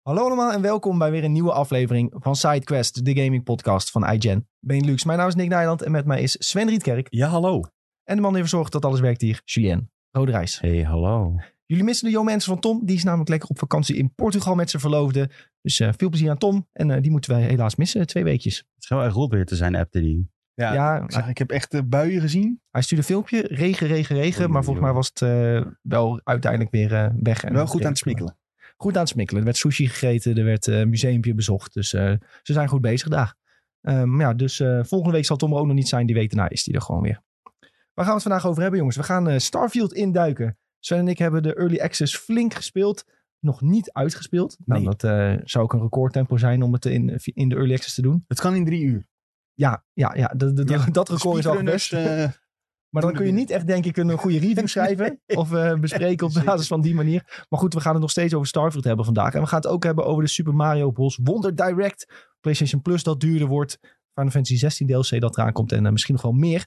Hallo allemaal en welkom bij weer een nieuwe aflevering van SideQuest, de gaming podcast van iGen Benelux. Mijn naam is Nick Nijland en met mij is Sven Rietkerk. Ja, hallo. En de man die ervoor zorgt dat alles werkt hier, Julien Roderijs. Hey, hallo. Jullie missen de mensen van Tom. Die is namelijk lekker op vakantie in Portugal met zijn verloofde. Dus veel plezier aan Tom. En die moeten wij helaas missen, 2 weekjes. Het is wel echt rot weer te zijn, appte die. Ja, ik heb echt buien gezien. Hij stuurde een filmpje, regen. Maar volgens mij was het wel uiteindelijk weer weg. En wel goed aan het smikkelen. Goed aan het smikkelen. Er werd sushi gegeten, er werd een museumpje bezocht. Dus ze zijn goed bezig daar. Dus volgende week zal Tom er ook nog niet zijn. Die week daarna is hij er gewoon weer. Waar gaan we het vandaag over hebben, jongens? We gaan Starfield induiken. Sven en ik hebben de Early Access flink gespeeld. Nog niet uitgespeeld. Nee. Nou, dat zou ook een recordtempo zijn om het in de Early Access te doen. Het kan in 3 uur. Ja, dat record is al best. Maar dan kun je niet echt, denk ik, een goede review schrijven. Of bespreken op basis van die manier. Maar goed, we gaan het nog steeds over Starfield hebben vandaag. En we gaan het ook hebben over de Super Mario Bros. Wonder Direct. PlayStation Plus dat duurder wordt. Final Fantasy 16 DLC dat eraan komt. En misschien nog wel meer.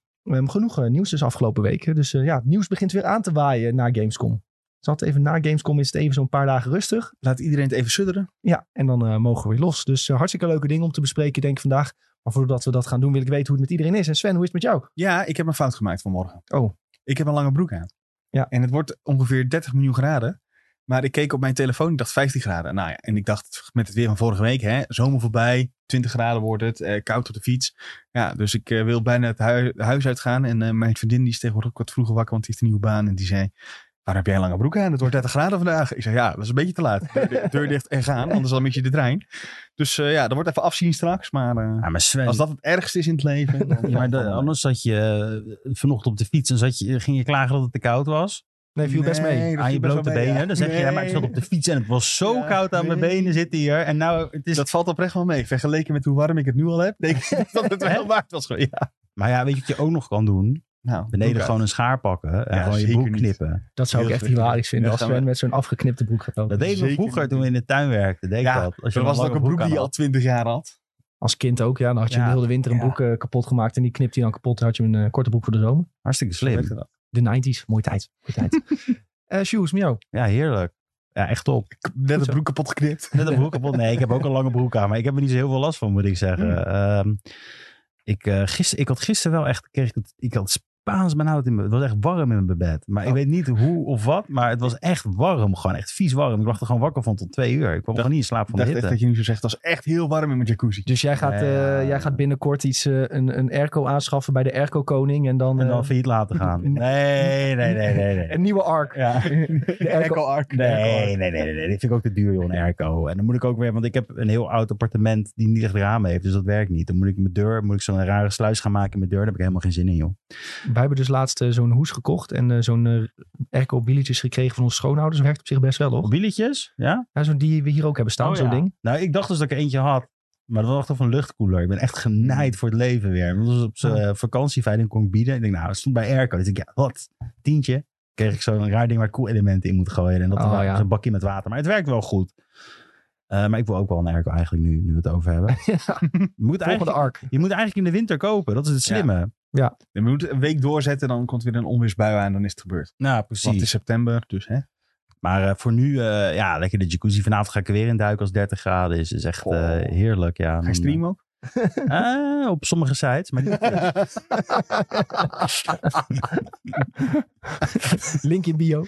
Genoeg nieuws dus afgelopen weken. Dus het nieuws begint weer aan te waaien na Gamescom. Even na Gamescom is het even zo'n paar dagen rustig. Laat iedereen het even sudderen. Ja, en dan mogen we weer los. Dus hartstikke leuke dingen om te bespreken, denk ik vandaag. Maar voordat we dat gaan doen, wil ik weten hoe het met iedereen is. En Sven, hoe is het met jou? Ja, ik heb een fout gemaakt vanmorgen. Oh. Ik heb een lange broek aan. Ja. En het wordt ongeveer 30 miljoen graden. Maar ik keek op mijn telefoon, ik dacht 15 graden. Nou ja, en ik dacht met het weer van vorige week, zomer voorbij, 20 graden wordt het, koud op de fiets. Ja, dus ik wil bijna het huis uitgaan. En mijn vriendin die is tegenwoordig ook wat vroeger wakker, want die heeft een nieuwe baan. En die zei, waarom heb jij een lange broek aan? Het wordt 30 graden vandaag. Ik zei, ja, dat is een beetje te laat. Deur dicht en gaan, anders dan mis je de trein. Dus dat wordt even afzien straks. Maar Sven, als dat het ergste is in het leven. Dan anders zat je vanochtend op de fiets en ging je klagen dat het te koud was. Nee, viel best mee. Aan je blote benen. Ja. Dan zeg je, maar ik zat op de fiets en het was zo koud aan mijn benen zitten hier. En nou, het is... Dat valt oprecht wel mee. Vergeleken met hoe warm ik het nu al heb, denk ik dat het wel waard was. Ja. Maar ja, weet je wat je ook nog kan doen? Nou, beneden gewoon een schaar pakken en gewoon je broek knippen. Dat zou ik echt hilarisch vinden als Sven met zo'n afgeknipte broek gaat lopen. Dat deden we vroeger toen we in de tuin werkten. Dat was ook een broek die je al 20 jaar had. Als kind ook, ja. Dan had je de hele winter een broek kapot gemaakt en die knipte je dan kapot. Dan had je een korte broek voor de zomer. Hartstikke slim. De 90s, mooie tijd. Shoes, met jou? Ja, heerlijk. Ja, echt top. Net een broek kapot geknipt. Net een broek kapot. Nee, ik heb ook een lange broek aan. Maar ik heb er niet zo heel veel last van, moet ik zeggen. Ik had gisteren wel echt... Ik had Spaans benauwd in me. Het was echt warm in mijn bed. Maar ik weet niet hoe of wat. Maar het was echt warm. Gewoon echt vies warm. Ik lag er gewoon wakker van tot 2 uur. Ik kwam gewoon niet in slaap van de hitte. Ik dacht echt dat je nu zo zegt. Het was echt heel warm in mijn jacuzzi. Dus jij gaat binnenkort een airco aanschaffen bij de airco koning. En dan failliet laten gaan. Nee. Een nieuwe Ark. Ja. De airco Ark. Nee. Die vind ik ook te duur, joh, een airco. En dan moet ik ook weer... Want ik heb een heel oud appartement die niet echt ramen heeft. Dus dat werkt niet. Dan moet ik zo'n rare sluis gaan maken in mijn deur. Daar heb ik helemaal geen zin in, joh. Wij hebben dus laatst zo'n hoes gekocht en zo'n airco billetjes gekregen van onze schoonouders. Werkt op zich best wel, toch? Billetjes? Ja? Ja, zo'n die we hier ook hebben staan, zo'n ding. Nou, ik dacht dus dat ik er eentje had. Maar dat was toch een luchtkoeler. Ik ben echt genaaid voor het leven weer. Dat was op zijn vakantieveiling kon ik bieden. Ik denk, het stond bij airco. Dus ik denk, wat? 10? Kreeg ik zo'n raar ding waar koelelementen in moet gooien. En dat was een bakje met water. Maar het werkt wel goed. Maar ik wil ook wel een airco eigenlijk nu we het over hebben. Je moet eigenlijk in de winter kopen. Dat is het slimme. Ja. Je moet een week doorzetten, dan komt weer een onweersbui aan en dan is het gebeurd. Nou, precies. Want het is september, dus hè. Maar voor nu, lekker de jacuzzi. Vanavond ga ik er weer in duiken als 30 graden is. Is echt heerlijk. Ja, ga je streamen ook? Op sommige sites, maar niet. Link in bio.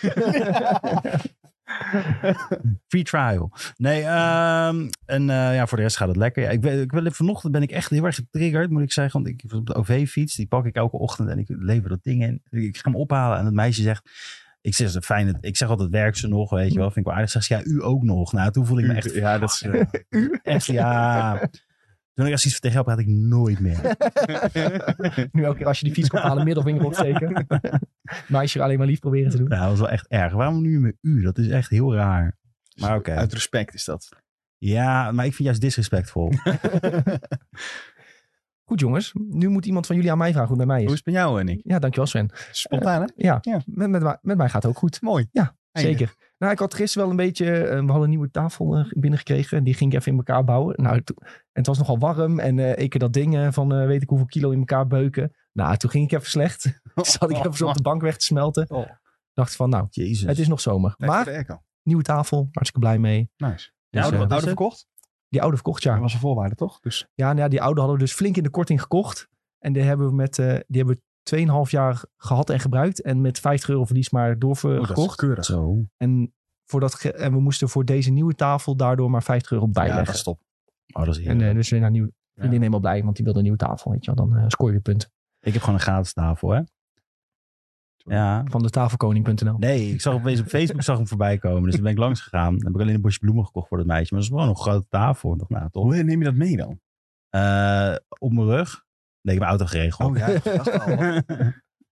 Free trial. Nee, voor de rest gaat het lekker. Ja, vanochtend ben ik echt heel erg getriggerd, moet ik zeggen. Want ik heb op de OV-fiets, die pak ik elke ochtend en ik lever dat ding in. Ik ga hem ophalen en het meisje zegt... Ik zeg, dat fijn. Ik zeg altijd, werkt ze nog, weet je wel. Vind ik wel aardig. Zeg ze, ja, u ook nog. Nou, toen voel ik me echt... Ja, dat is... echt, ja... Toen ik als iets tegen jou praat ik nooit meer. Nu elke keer als je die fiets komt halen, middelvinger opsteken. Meisje alleen maar lief proberen te doen. Nou, dat was wel echt erg. Waarom nu met u? Dat is echt heel raar. Maar oké. Uit respect is dat. Ja, maar ik vind juist disrespectvol. Goed jongens, nu moet iemand van jullie aan mij vragen hoe het bij mij is. Hoe is het bij jou, Nick? Ja, dankjewel Sven. Spontaan, hè? Ja. Met mij gaat het ook goed. Mooi. Ja, zeker. Nou, ik had gisteren wel een beetje... we hadden een nieuwe tafel binnengekregen. En die ging ik even in elkaar bouwen. Nou, en het was nogal warm. En ik dat ding van weet ik hoeveel kilo in elkaar beuken. Nou, toen ging ik even slecht. Toen zat ik even zo op de bank weg te smelten. Dacht van, nou, Jezus. het is nog zomer. Maar nieuwe tafel, hartstikke blij mee. Nice. De oude verkocht? Die oude verkocht, ja. Dat was een voorwaarde, toch? Dus... Ja, nou ja, die oude hadden we dus flink in de korting gekocht. En die hebben we 2,5 jaar gehad en gebruikt. En met €50 verlies maar doorgekocht. Dat is Zo. En we moesten voor deze nieuwe tafel daardoor maar €50 bijleggen. Ja, dat is top. Oh, dat is En dus weer naar nieuw. Vriendin helemaal blij, want die wilde een nieuwe tafel. Weet je wel, dan scoor je weer punten. Ik heb gewoon een gratis tafel, hè? Ja. Van de tafelkoning.nl. Nee, ik zag opeens op Facebook hem voorbij komen. Dus toen ben ik langs gegaan. Dan heb ik alleen een bosje bloemen gekocht voor het meisje. Maar dat is gewoon een grote tafel. Ik dacht, nou, toch? Hoe neem je dat mee dan? Op mijn rug. Nee, ik heb mijn auto geregeld. Oh ja, dat al.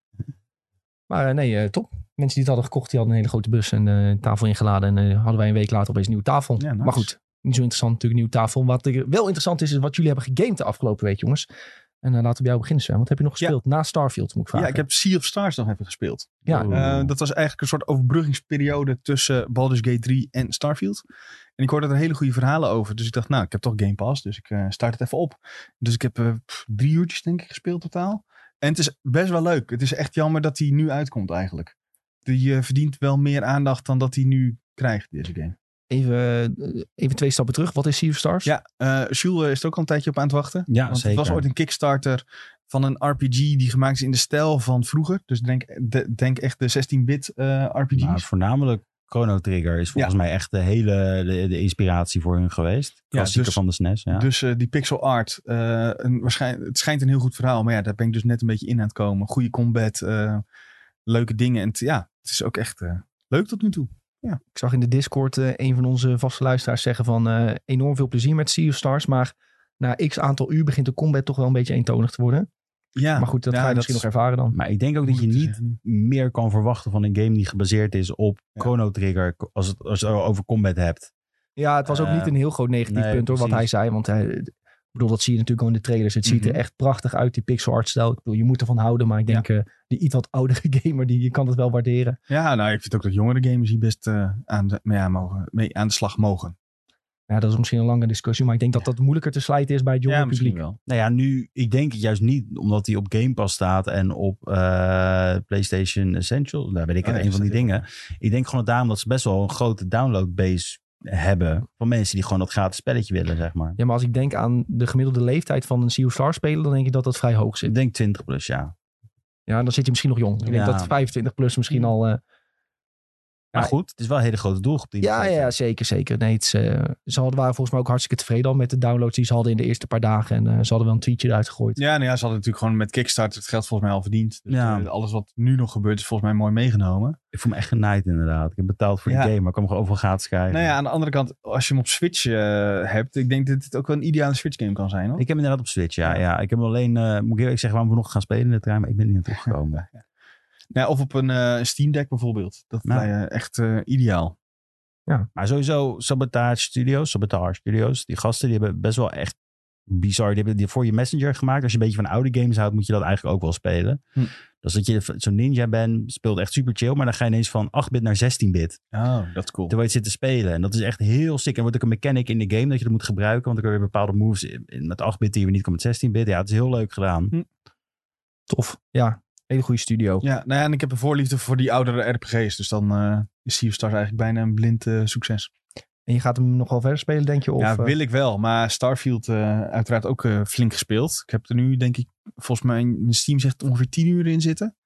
Maar top. Mensen die het hadden gekocht, die hadden een hele grote bus en tafel ingeladen. En hadden wij een week later opeens een nieuwe tafel. Ja, nice. Maar goed, niet zo interessant natuurlijk, een nieuwe tafel. Wat wel interessant is wat jullie hebben gegamed de afgelopen week, jongens. En laten we bij jou beginnen, Sven. Wat heb je nog gespeeld na Starfield, moet ik vragen? Ja, ik heb Sea of Stars nog even gespeeld. Ja. Dat was eigenlijk een soort overbruggingsperiode tussen Baldur's Gate 3 en Starfield. En ik hoorde er hele goede verhalen over. Dus ik dacht, nou, ik heb toch Game Pass. Dus ik start het even op. Dus ik heb 3 uurtjes, denk ik, gespeeld totaal. En het is best wel leuk. Het is echt jammer dat hij nu uitkomt eigenlijk. Die verdient wel meer aandacht dan dat hij nu krijgt, deze game. Even 2 stappen terug. Wat is Sea of Stars? Ja, Jules is er ook al een tijdje op aan het wachten. Ja, want zeker. Het was ooit een Kickstarter van een RPG die gemaakt is in de stijl van vroeger. Dus denk echt de 16-bit RPG's. Maar voornamelijk Chrono Trigger is volgens mij echt de inspiratie voor hun geweest. Klassieker van de SNES. Ja. Dus die pixel art. Het schijnt een heel goed verhaal. Maar ja, daar ben ik dus net een beetje in aan het komen. Goede combat. Leuke dingen. En het is ook echt leuk tot nu toe. Ja. Ik zag in de Discord een van onze vaste luisteraars zeggen van enorm veel plezier met Sea of Stars. Maar na x aantal uur begint de combat toch wel een beetje eentonig te worden. Ja, maar goed, dat ga je misschien nog ervaren dan. Maar ik denk ook dat je niet meer kan verwachten van een game die gebaseerd is op Chrono Trigger als je het over combat hebt. Ja, het was ook niet een heel groot negatief punt hoor, wat hij zei. Want ik bedoel, dat zie je natuurlijk al in de trailers. Het ziet er echt prachtig uit, die pixel art stijl. Ik bedoel, je moet ervan houden, maar ik denk die iets wat oudere gamer, die kan het wel waarderen. Ja, nou, ik vind ook dat jongere gamers hier best mee aan de slag mogen. Ja, dat is misschien een lange discussie, maar ik denk dat dat moeilijker te slijten is bij het jonge publiek. Wel. Nou ja, nu, ik denk het juist niet, omdat hij op Game Pass staat en op PlayStation Essential. Daar weet ik een van die dingen. Ik denk gewoon daarom dat ze best wel een grote downloadbase hebben van mensen die gewoon dat gratis spelletje willen, zeg maar. Ja, maar als ik denk aan de gemiddelde leeftijd van een Sea of Stars speler, dan denk ik dat dat vrij hoog zit. Ik denk 20 plus, ja. Ja, dan zit je misschien nog jong. Ik denk dat 25 plus misschien al... Maar goed, het is wel een hele grote doelgroep. Ja, zeker. Nee, ze waren volgens mij ook hartstikke tevreden al met de downloads die ze hadden in de eerste paar dagen. En ze hadden wel een tweetje eruit gegooid. Ja, ze hadden natuurlijk gewoon met Kickstarter het geld volgens mij al verdiend. Dus alles wat nu nog gebeurt is volgens mij mooi meegenomen. Ik voel me echt genaaid inderdaad. Ik heb betaald voor de game, maar ik kan me gewoon overal gratis krijgen. Nou ja, aan de andere kant, als je hem op Switch hebt, ik denk dat het ook wel een ideale Switch game kan zijn, hoor. Ik heb hem inderdaad op Switch, ja. Ik heb hem alleen, moet ik eerlijk zeggen, waar we nog gaan spelen in de trein, maar ik ben niet naartoe gekomen. Ja, of op een Steam Deck bijvoorbeeld. Dat is echt ideaal. Ja. Maar sowieso Sabotage Studios, die gasten die hebben best wel echt bizar. Die hebben die voor je Messenger gemaakt. Als je een beetje van oude games houdt, moet je dat eigenlijk ook wel spelen. Dus dat je zo'n ninja bent, speelt echt super chill. Maar dan ga je ineens van 8-bit naar 16-bit. Oh, dat is cool. Terwijl je het zit te spelen. En dat is echt heel sick. En wordt ook een mechanic in de game dat je dat moet gebruiken. Want dan kun je weer bepaalde moves met 8-bit die je niet kan met 16-bit. Ja, het is heel leuk gedaan. Tof, ja. Hele goede studio. Ja, nou ja, en ik heb een voorliefde voor die oudere RPG's. Dus dan is Sea of Stars eigenlijk bijna een blind succes. En je gaat hem nog wel verder spelen, denk je? Of, ja, wil ik wel. Maar Starfield uiteraard ook flink gespeeld. Ik heb er nu, denk ik, volgens mij mijn Steam zegt ongeveer 10 uur in zitten.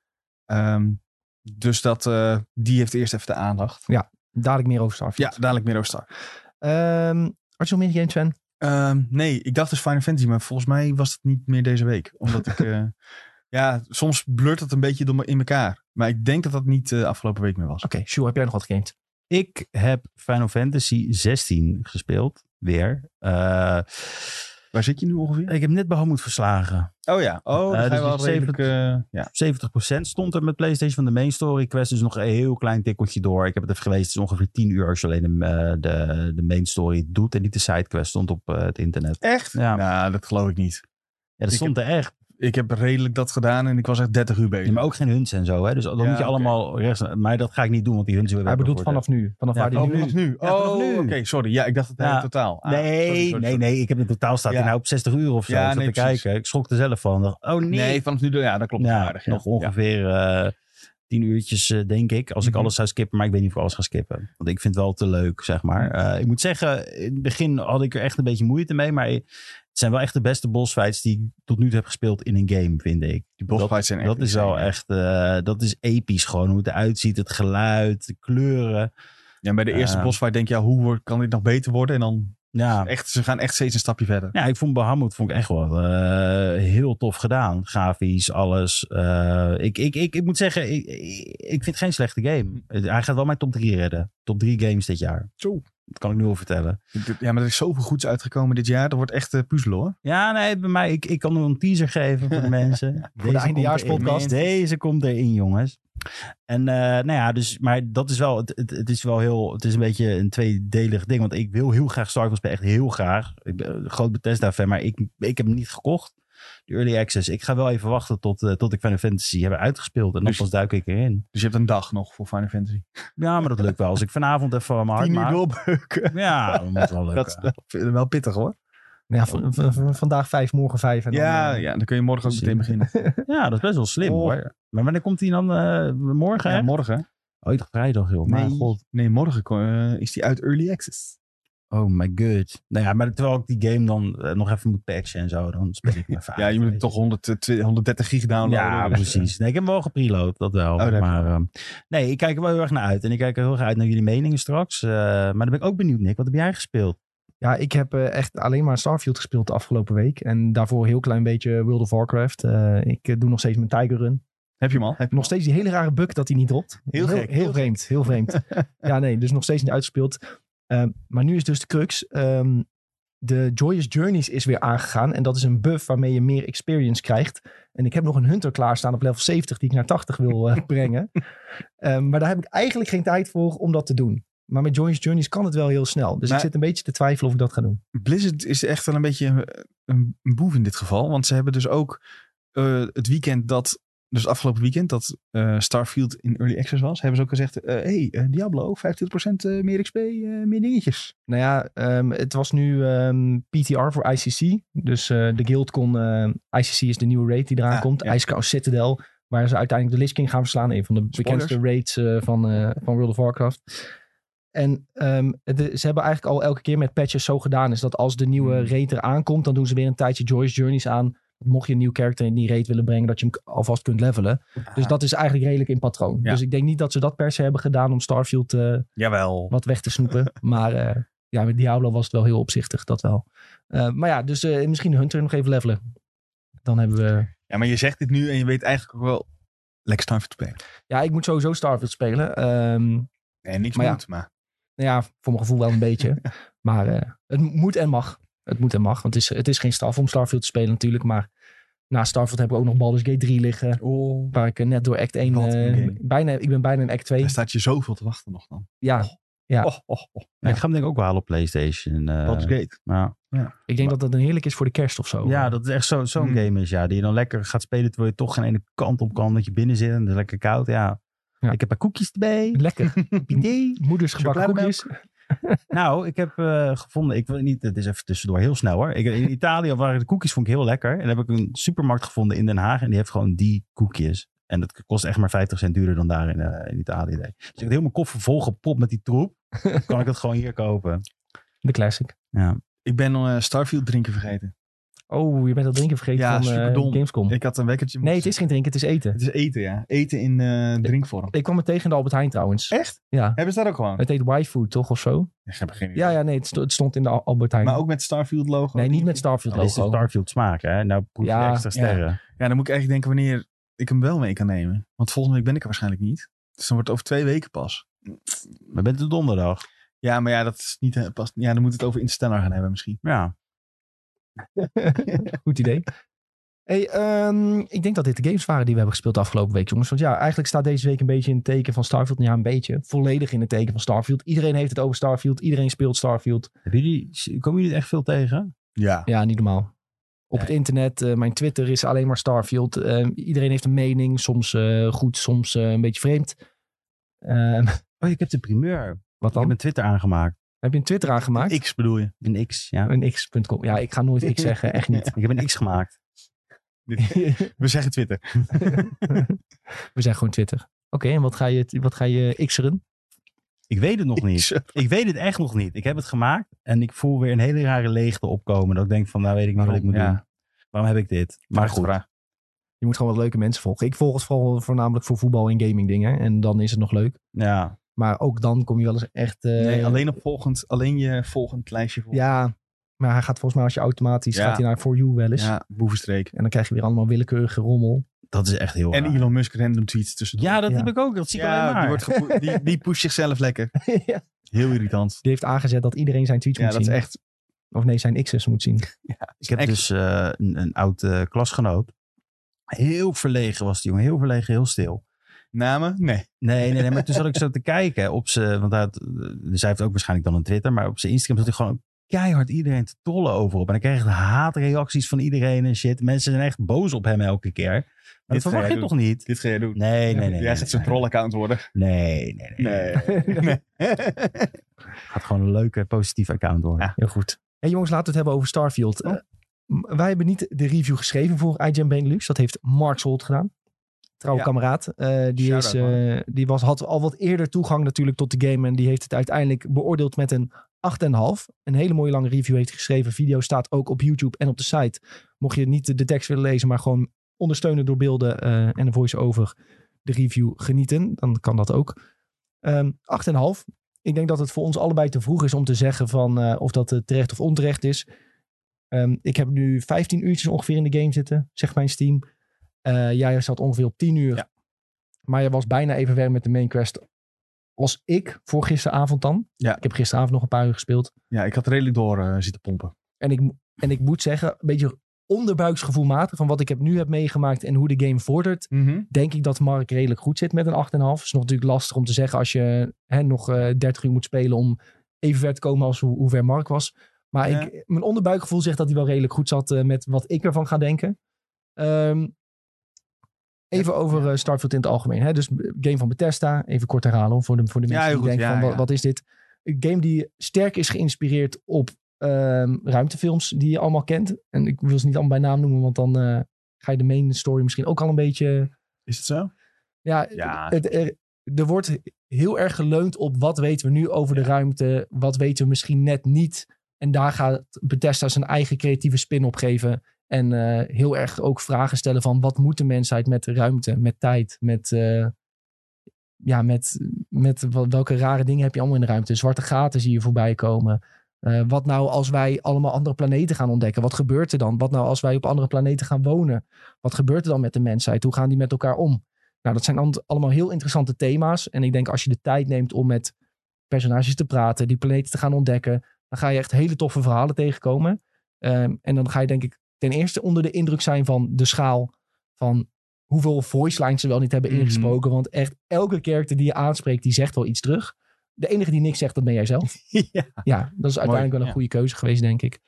Dus die heeft eerst even de aandacht. Ja, dadelijk meer over Starfield. Ja, dadelijk meer over Starfield. Had je nog meer games, Sven? Nee, ik dacht dus Final Fantasy, maar volgens mij was het niet meer deze week. Omdat ik... Ja, soms blurt het een beetje in elkaar. Maar ik denk dat dat niet afgelopen week meer was. Oké, Sjoerd, heb jij nog wat gegamed? Ik heb Final Fantasy 16 gespeeld. Weer. Waar zit je nu ongeveer? Ik heb net Bahamut verslagen. Oh ja. Dan ga je wel redelijk... 70% stond er met PlayStation van de main story quest. Dus nog een heel klein tikkeltje door. Ik heb het even gelezen. Het is ongeveer 10 uur als je alleen de main story doet. En niet de sidequest stond op het internet. Echt? Ja. Nou, dat geloof ik niet. Ja, dat stond er echt. Ik heb redelijk dat gedaan en ik was echt 30 uur bezig. Ja, maar ook geen hunts en zo. Hè? Dus dan moet je allemaal rechts. Maar dat ga ik niet doen, want die hunts weer. Hij bedoelt vanaf nu. Vanaf waar die vanaf nu. Oké, sorry. Ja, ik dacht het in totaal. Nee. Ik heb in totaal staat hij nou op 60 uur of zo. Ja, te kijken. Ik schrok er zelf van. Oh nee. Nee, vanaf nu. Ja, dat klopt. Ja, nog ongeveer 10 uurtjes, denk ik. Als ik alles zou skippen. Maar ik weet niet of ik alles ga skippen. Want ik vind het wel te leuk, zeg maar. Ik moet zeggen, in het begin had ik er echt een beetje moeite mee. Maar het zijn wel echt de beste bossfights die ik tot nu toe heb gespeeld in een game, vind ik. Die bossfights zijn echt... Dat is wel echt... dat is episch gewoon. Hoe het eruit ziet, het geluid, de kleuren. Ja, bij de eerste bossfight denk je, hoe kan dit nog beter worden? En dan... Ja. Ze gaan echt steeds een stapje verder. Ja, ik vond Bahamut echt wel heel tof gedaan. Grafisch, alles. Ik moet zeggen, ik vind het geen slechte game. Hij gaat wel mijn top 3 redden. Top 3 games dit jaar. Zo. Dat kan ik nu al vertellen. Ja, maar er is zoveel goeds uitgekomen dit jaar. Dat wordt echt puzzelen, hoor. Ja, nee, bij mij, ik kan nog een teaser geven voor de mensen. Voor de eindejaarspodcast. Deze komt erin, jongens. En nou ja, dus, maar dat is wel, het is wel heel, het is een beetje een tweedelig ding. Want ik wil heel graag Starfield spelen, echt heel graag. Ik ben een groot Bethesda-fan, maar ik heb hem niet gekocht. De Early Access. Ik ga wel even wachten tot ik Final Fantasy heb uitgespeeld. En dan pas duik ik erin. Dus je hebt een dag nog voor Final Fantasy. Ja, maar dat lukt wel. Als ik vanavond even mijn hart 10 uur maak. doorbeuken. Ja, dat moet wel lukken. Dat is wel pittig, hoor. Ja, vandaag 5, morgen 5. En dan, ja, dan kun je morgen ook meteen beginnen. Ja, dat is best wel slim, hoor. Maar wanneer komt hij dan? Morgen? Ja, morgen. Oh, ik dacht vrijdag, joh. Nee, mijn god. Nee, morgen is die uit Early Access. Oh my god. Nou ja, maar terwijl ik die game dan nog even moet patchen en zo, dan speel ik me vaak. Ja, je moet toch 130 gig downloaden. Ja, precies. Nee, ik heb hem wel gepreload, dat wel. Maar nee, ik kijk er wel heel erg naar uit. En ik kijk er heel erg uit naar jullie meningen straks. Maar dan ben ik ook benieuwd, Nick. Wat heb jij gespeeld? Ja, ik heb echt alleen maar Starfield gespeeld de afgelopen week. En daarvoor een heel klein beetje World of Warcraft. Ik doe nog steeds mijn Tiger Run. Heb je hem al? Nog steeds die hele rare bug dat hij niet dropt. Heel gek. Heel vreemd, heel vreemd. Ja, nee, dus nog steeds niet uitgespeeld. Maar nu is dus de crux. De Joyous Journeys is weer aangegaan. En dat is een buff waarmee je meer experience krijgt. En ik heb nog een Hunter klaarstaan op level 70 die ik naar 80 wil brengen. Maar daar heb ik eigenlijk geen tijd voor om dat te doen. Maar met Joyous Journeys kan het wel heel snel. Dus ik zit een beetje te twijfelen of ik dat ga doen. Blizzard is echt wel een beetje een boef in dit geval. Want ze hebben dus ook het weekend dat... Dus afgelopen weekend dat Starfield in Early Access was, hebben ze ook gezegd, Diablo, 25% meer XP, meer dingetjes. Nou ja, het was nu PTR voor ICC. Dus de Guildcon, ICC is de nieuwe raid die eraan komt. Ja. Icecrown Citadel, waar ze uiteindelijk de Lich King gaan verslaan. Een van de bekendste raids van World of Warcraft. En ze hebben eigenlijk al elke keer met patches zo gedaan, is dat als de nieuwe raid eraan komt, dan doen ze weer een tijdje Joyous Journeys aan. Mocht je een nieuw character in die raid willen brengen, dat je hem alvast kunt levelen. Dus dat is eigenlijk redelijk in patroon. Ja. Dus ik denk niet dat ze dat per se hebben gedaan om Starfield wat weg te snoepen. Maar met Diablo was het wel heel opzichtig, dat wel. Maar ja, dus misschien Hunter nog even levelen. Dan hebben we... Ja, maar je zegt dit nu en je weet eigenlijk ook wel lekker Starfield spelen. Ja, ik moet sowieso Starfield spelen. Nee, niks maar moet, maar... Ja, voor mijn gevoel wel een beetje. Maar het moet en mag. Het moet en mag, want het is geen straf om Starfield te spelen natuurlijk. Maar na Starfield heb ik ook nog Baldur's Gate 3 liggen. Oh. Waar ik net door act 1... ik ben bijna in act 2. Daar staat je zoveel te wachten nog dan. Ja. Ja. Ja, ik ga hem denk ik ook wel halen op PlayStation. Baldur's Gate. Ja. Ik denk dat een heerlijk is voor de kerst of zo. Ja, dat is echt zo'n game is. Ja, die je dan lekker gaat spelen terwijl je toch geen ene kant op kan. Dat je binnen zit en het is lekker koud. Ja. Ik heb een koekjes erbij. Lekker. Idee. Moeders gebakken koekjes. Nou, ik heb gevonden, ik wil niet, het is even tussendoor heel snel hoor. In Italië waren de koekjes vond ik heel lekker. En dan heb ik een supermarkt gevonden in Den Haag en die heeft gewoon die koekjes. En dat kost echt maar 50 cent duurder dan daar in Italië. Dus ik heb heel mijn koffer vol gepopt met die troep. Dan kan ik het gewoon hier kopen. De classic. Ja. Ik ben Starfield drinken vergeten. Oh, je bent al drinken vergeten van Gamescom. Ik had een wekkertje. Nee, het is geen drinken, het is eten. Het is eten, ja. Eten in drinkvorm. Ik kwam het tegen in de Albert Heijn trouwens. Echt? Ja. Hebben ze dat ook gewoon? Het heet Y-Food toch of zo? Ik heb geen idee. Ja, nee, het stond in de Albert Heijn. Maar ook met Starfield logo? Nee, niet met Starfield logo. Het is de Starfield smaak, hè? Nou proef je extra sterren. Ja, dan moet ik eigenlijk denken wanneer ik hem wel mee kan nemen. Want volgende week ben ik er waarschijnlijk niet. Dus dan wordt het over 2 weken pas. Maar bent het donderdag? Ja, maar ja, dat is niet pas. Ja, dan moet het over Interstellar gaan hebben misschien. Ja. Goed idee. Hey, ik denk dat dit de games waren die we hebben gespeeld de afgelopen week, jongens. Want ja, eigenlijk staat deze week een beetje in het teken van Starfield. Ja, een beetje. Volledig in het teken van Starfield. Iedereen heeft het over Starfield. Iedereen speelt Starfield. Komen jullie er echt veel tegen? Ja. Ja, niet normaal. Op het internet, mijn Twitter is alleen maar Starfield. Iedereen heeft een mening. Soms goed, soms een beetje vreemd. Ik heb de primeur. Wat dan? Ik heb een Twitter aangemaakt. Heb je een Twitter aangemaakt? Een X bedoel je? Een X, ja. Een X.com. Ja, ik ga nooit X zeggen. Echt niet. Ik heb een X gemaakt. We zeggen Twitter. We zeggen gewoon Twitter. Oké, en wat ga je x'eren? Ik weet het nog niet. Ik weet het echt nog niet. Ik heb het gemaakt en ik voel weer een hele rare leegte opkomen. Dat ik denk van, nou weet ik niet wat ik moet doen. Waarom heb ik dit? Maar goed. Je moet gewoon wat leuke mensen volgen. Ik volg het voornamelijk voor voetbal en gaming dingen. En dan is het nog leuk. Ja. Maar ook dan kom je wel eens echt... Nee, alleen je volgend lijstje volgen. Ja, maar hij gaat volgens mij als je automatisch... gaat hij naar For You wel eens. Ja, boevenstreek. En dan krijg je weer allemaal willekeurige rommel. Dat is echt heel En raar. Elon Musk random tweets tussendoor. Ja, dat heb ik ook. Dat zie ik alleen maar. Die pusht zichzelf lekker. Ja. Heel irritant. Die heeft aangezet dat iedereen zijn tweets moet zien. Ja, dat is echt... Of nee, zijn x's moet zien. Ja, ik heb dus een oud klasgenoot. Heel verlegen was die jongen. Heel verlegen, heel stil. Namen? Nee. Nee. Maar toen zat ik zo te kijken op zijn... Want zij heeft ook waarschijnlijk dan een Twitter. Maar op zijn Instagram zat hij gewoon keihard iedereen te trollen overop. En dan kreeg hij haatreacties van iedereen en shit. Mensen zijn echt boos op hem elke keer. Maar dat verwacht je toch niet? Dit ga je doen. Nee. Jij gaat zijn troll-account worden. Nee. Gaat gewoon een leuke, positieve account worden. Ja, heel goed. Hey jongens, laten we het hebben over Starfield. Wij hebben niet de review geschreven voor IGN Benelux. Dat heeft Mark Solt gedaan. Trouwe kameraad. Die had al wat eerder toegang natuurlijk tot de game. En die heeft het uiteindelijk beoordeeld met een 8,5. Een hele mooie lange review heeft geschreven. Video staat ook op YouTube en op de site. Mocht je niet de tekst willen lezen, maar gewoon ondersteunen door beelden en een voice-over de review genieten. Dan kan dat ook. 8,5. Ik denk dat het voor ons allebei te vroeg is om te zeggen van of dat terecht of onterecht is. Ik heb nu 15 uurtjes ongeveer in de game zitten, zegt mijn Steam. Jij zat ongeveer op 10 uur. Ja. Maar je was bijna even ver met de main quest als ik voor gisteravond dan. Ja. Ik heb gisteravond nog een paar uur gespeeld. Ja, ik had redelijk door zitten pompen. En ik moet zeggen, een beetje onderbuiksgevoelmatig van wat ik nu heb meegemaakt en hoe de game vordert, denk ik dat Mark redelijk goed zit met een 8,5. Het is nog natuurlijk lastig om te zeggen als je nog 30 uur moet spelen om even ver te komen als hoe ver Mark was. Maar mijn onderbuikgevoel zegt dat hij wel redelijk goed zat met wat ik ervan ga denken. Even over Starfield in het algemeen. Hè? Dus game van Bethesda. Even kort herhalen voor de mensen die denken van wat is dit? Een game die sterk is geïnspireerd op ruimtefilms die je allemaal kent. En ik wil ze niet allemaal bij naam noemen, want dan ga je de main story misschien ook al een beetje... Is het zo? Ja. Er wordt heel erg geleund op wat weten we nu over de ruimte. Wat weten we misschien net niet. En daar gaat Bethesda zijn eigen creatieve spin op geven. En heel erg ook vragen stellen van wat moet de mensheid met ruimte, met tijd, met welke rare dingen heb je allemaal in de ruimte. Zwarte gaten zie je voorbij komen. Wat nou als wij allemaal andere planeten gaan ontdekken? Wat gebeurt er dan? Wat nou als wij op andere planeten gaan wonen? Wat gebeurt er dan met de mensheid? Hoe gaan die met elkaar om? Nou, dat zijn allemaal heel interessante thema's. En ik denk als je de tijd neemt om met personages te praten, die planeten te gaan ontdekken, dan ga je echt hele toffe verhalen tegenkomen. En dan ga je denk ik ten eerste onder de indruk zijn van de schaal van hoeveel voice lines ze wel niet hebben ingesproken. Want echt elke character die je aanspreekt, die zegt wel iets terug. De enige die niks zegt, dat ben jij zelf. Ja, dat is uiteindelijk wel een goede keuze geweest, denk ik.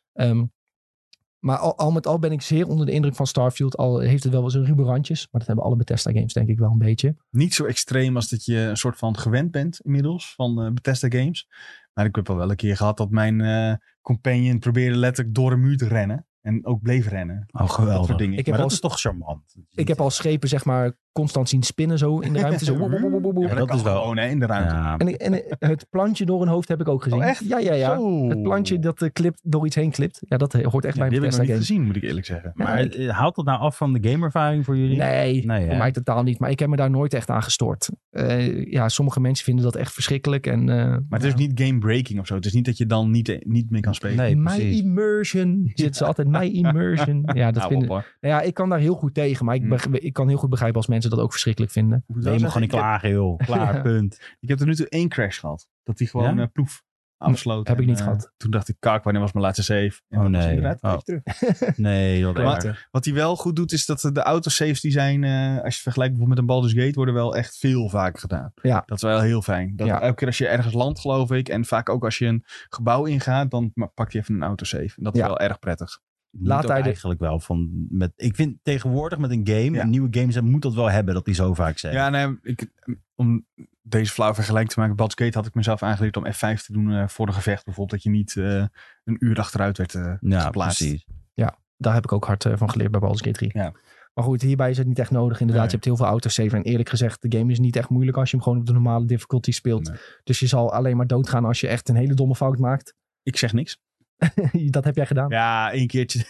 Maar al met al ben ik zeer onder de indruk van Starfield. Al heeft het wel wel zijn ruwe randjes. Maar dat hebben alle Bethesda games denk ik wel een beetje. Niet zo extreem als dat je een soort van gewend bent inmiddels van Bethesda games. Maar ik heb wel een keer gehad dat mijn companion probeerde letterlijk door een muur te rennen. En ook bleef rennen. Oh, geweldig. Dat dingen. Maar dat is toch charmant. Ik heb al schepen zeg maar constant zien spinnen zo in de ruimte. Zo. Ja, dat is wel gewoon in de ruimte. Ja. En het plantje door een hoofd heb ik ook gezien. Oh, echt? Ja. Zo. Het plantje dat door iets heen klipt. Ja, dat hoort echt bij die heb ik Bethesda nog niet games. gezien, moet ik eerlijk zeggen. Maar haalt dat nou af van de gameervaring voor jullie? Nee, voor mij totaal niet. Maar ik heb me daar nooit echt aan gestoord. Sommige mensen vinden dat echt verschrikkelijk. Maar het is niet game breaking of zo. Het is niet dat je dan niet meer kan spelen. Nee, my immersion. Zit ze altijd my immersion. Ja, dat ik kan daar heel goed tegen. Maar ik kan heel goed begrijpen als mensen dat ook verschrikkelijk vinden. Nee, je moet gewoon niet klagen, joh. Klaar, punt. Ik heb er nu toe 1 crash gehad. Dat die gewoon ploef afsloot. Heb ik niet gehad. Toen dacht ik, wanneer was mijn laatste save? En nee. Terug. Nee, dat wat hij wel goed doet, is dat de autosaves die zijn, als je vergelijkt bijvoorbeeld met een Baldur's Gate, worden wel echt veel vaker gedaan. Ja. Dat is wel heel fijn. Elke keer als je ergens landt, geloof ik, en vaak ook als je een gebouw ingaat, dan pak je even een autosave. En dat is wel erg prettig. Laat hij eigenlijk wel van. Ik vind tegenwoordig met een game, een nieuwe game, moet dat wel hebben dat hij zo vaak zegt. Ja, nee, om deze flauw vergelijking te maken, Baldur's Gate had ik mezelf aangeleerd om F5 te doen voor een gevecht. Bijvoorbeeld dat je niet een uur achteruit werd geplaatst. Precies. Ja, daar heb ik ook hard van geleerd bij Baldur's Gate 3. Ja. Maar goed, hierbij is het niet echt nodig. Inderdaad, Nee. je hebt heel veel autosave. En eerlijk gezegd, de game is niet echt moeilijk als je hem gewoon op de normale difficulty speelt. Nee. Dus je zal alleen maar doodgaan als je echt een hele domme fout maakt. Ik zeg niks. Dat heb jij gedaan. Ja, 1 keertje.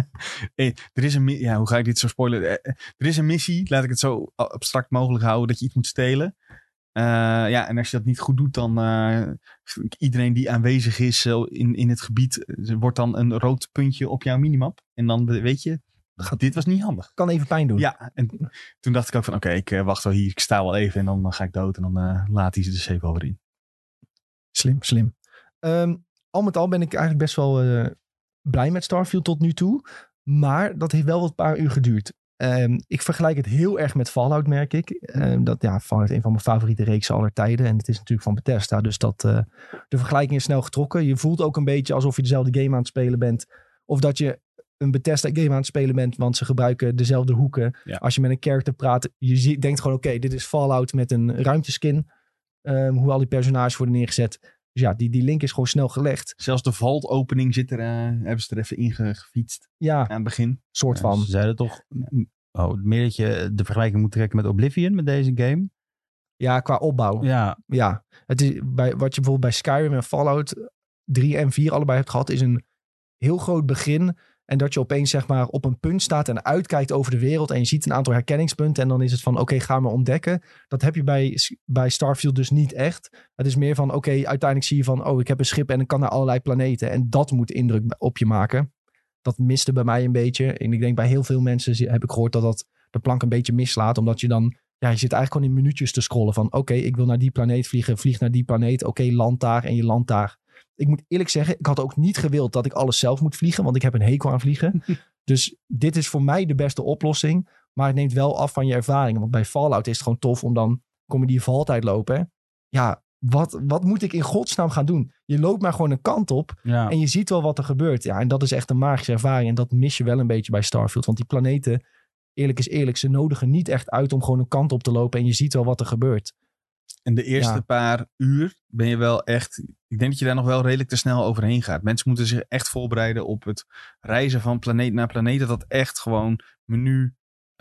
Er is hoe ga ik dit zo spoilen? Er is een missie, laat ik het zo abstract mogelijk houden, dat je iets moet stelen. En als je dat niet goed doet, dan iedereen die aanwezig is in het gebied, wordt dan een rood puntje op jouw minimap. En dan weet je, dit was niet handig. Kan even pijn doen. Ja, en toen dacht ik ook van, oké, ik wacht wel hier, ik sta wel even en dan ga ik dood. En dan laat hij ze dus even over in. Slim. Al met al ben ik eigenlijk best wel blij met Starfield tot nu toe. Maar dat heeft wel wat paar uur geduurd. Ik vergelijk het heel erg met Fallout, merk ik. Fallout is een van mijn favoriete reeksen aller tijden. En het is natuurlijk van Bethesda. Dus de vergelijking is snel getrokken. Je voelt ook een beetje alsof je dezelfde game aan het spelen bent. Of dat je een Bethesda game aan het spelen bent. Want ze gebruiken dezelfde hoeken. Ja. Als je met een character praat. Je denkt gewoon, oké, dit is Fallout met een ruimteskin. Hoe al die personages worden neergezet. Dus ja, die link is gewoon snel gelegd. Zelfs de vault-opening hebben ze er even ingefietst. Ja, aan het begin. Soort van. Ze zeiden toch meer dat je de vergelijking moet trekken met Oblivion, met deze game. Ja, qua opbouw. Ja. Het is wat je bijvoorbeeld bij Skyrim en Fallout 3 en 4 allebei hebt gehad, is een heel groot begin. En dat je opeens zeg maar op een punt staat en uitkijkt over de wereld. En je ziet een aantal herkenningspunten. En dan is het van oké, ga maar ontdekken. Dat heb je bij Starfield dus niet echt. Het is meer van oké, uiteindelijk zie je van ik heb een schip en ik kan naar allerlei planeten. En dat moet indruk op je maken. Dat miste bij mij een beetje. En ik denk bij heel veel mensen heb ik gehoord dat de plank een beetje mislaat. Omdat je dan, je zit eigenlijk gewoon in minuutjes te scrollen. Van oké, ik wil naar die planeet vliegen. Vlieg naar die planeet. Oké, land daar en je landt daar. Ik moet eerlijk zeggen, ik had ook niet gewild dat ik alles zelf moet vliegen. Want ik heb een hekel aan vliegen. Dus dit is voor mij de beste oplossing. Maar het neemt wel af van je ervaring. Want bij Fallout is het gewoon tof om dan, kom je die valt uitlopen. Ja, wat moet ik in godsnaam gaan doen? Je loopt maar gewoon een kant op. Ja. En je ziet wel wat er gebeurt. Ja, en dat is echt een magische ervaring. En dat mis je wel een beetje bij Starfield. Want die planeten, eerlijk is eerlijk, ze nodigen niet echt uit om gewoon een kant op te lopen. En je ziet wel wat er gebeurt. En de eerste paar uur ben je wel echt... Ik denk dat je daar nog wel redelijk te snel overheen gaat. Mensen moeten zich echt voorbereiden op het reizen van planeet naar planeet. Dat echt gewoon menu,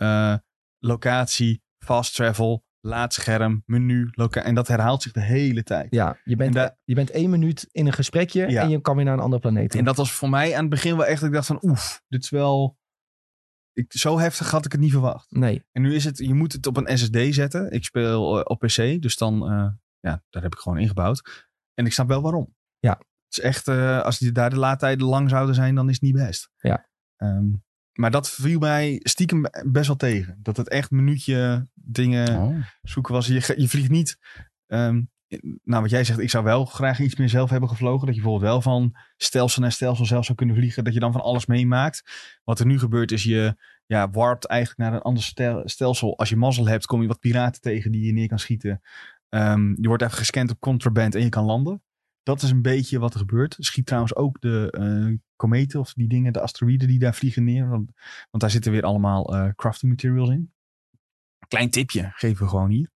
locatie, fast travel, laadscherm, menu, en dat herhaalt zich de hele tijd. Ja, je bent 1 minuut in een gesprekje en je kan weer naar een andere planeet toe. En dat was voor mij aan het begin wel echt... Ik dacht van dit is wel... Zo heftig had ik het niet verwacht. Nee. En nu is het, je moet het op een SSD zetten. Ik speel op PC, dus dan, daar heb ik gewoon ingebouwd. En ik snap wel waarom. Ja. Het is echt, als die daar de laadtijden lang zouden zijn, dan is het niet best. Ja. Maar dat viel mij stiekem best wel tegen. Dat het echt minuutje dingen zoeken was. Je vliegt niet... wat jij zegt, ik zou wel graag iets meer zelf hebben gevlogen. Dat je bijvoorbeeld wel van stelsel naar stelsel zelf zou kunnen vliegen. Dat je dan van alles meemaakt. Wat er nu gebeurt is je warpt eigenlijk naar een ander stelsel. Als je mazzel hebt, kom je wat piraten tegen die je neer kan schieten. Je wordt even gescand op contraband en je kan landen. Dat is een beetje wat er gebeurt. Schiet trouwens ook de kometen of die dingen, de asteroïden die daar vliegen neer. Want daar zitten weer allemaal crafting materials in. Klein tipje geven we gewoon hier.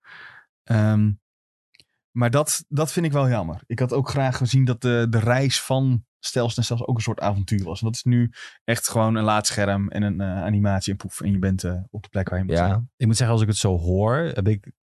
Maar dat vind ik wel jammer. Ik had ook graag gezien dat de reis van stelsel naar stelsel ook een soort avontuur was. En dat is nu echt gewoon een laadscherm en een animatie en poef. En je bent op de plek waar je moet zijn. Ik moet zeggen, als ik het zo hoor, heb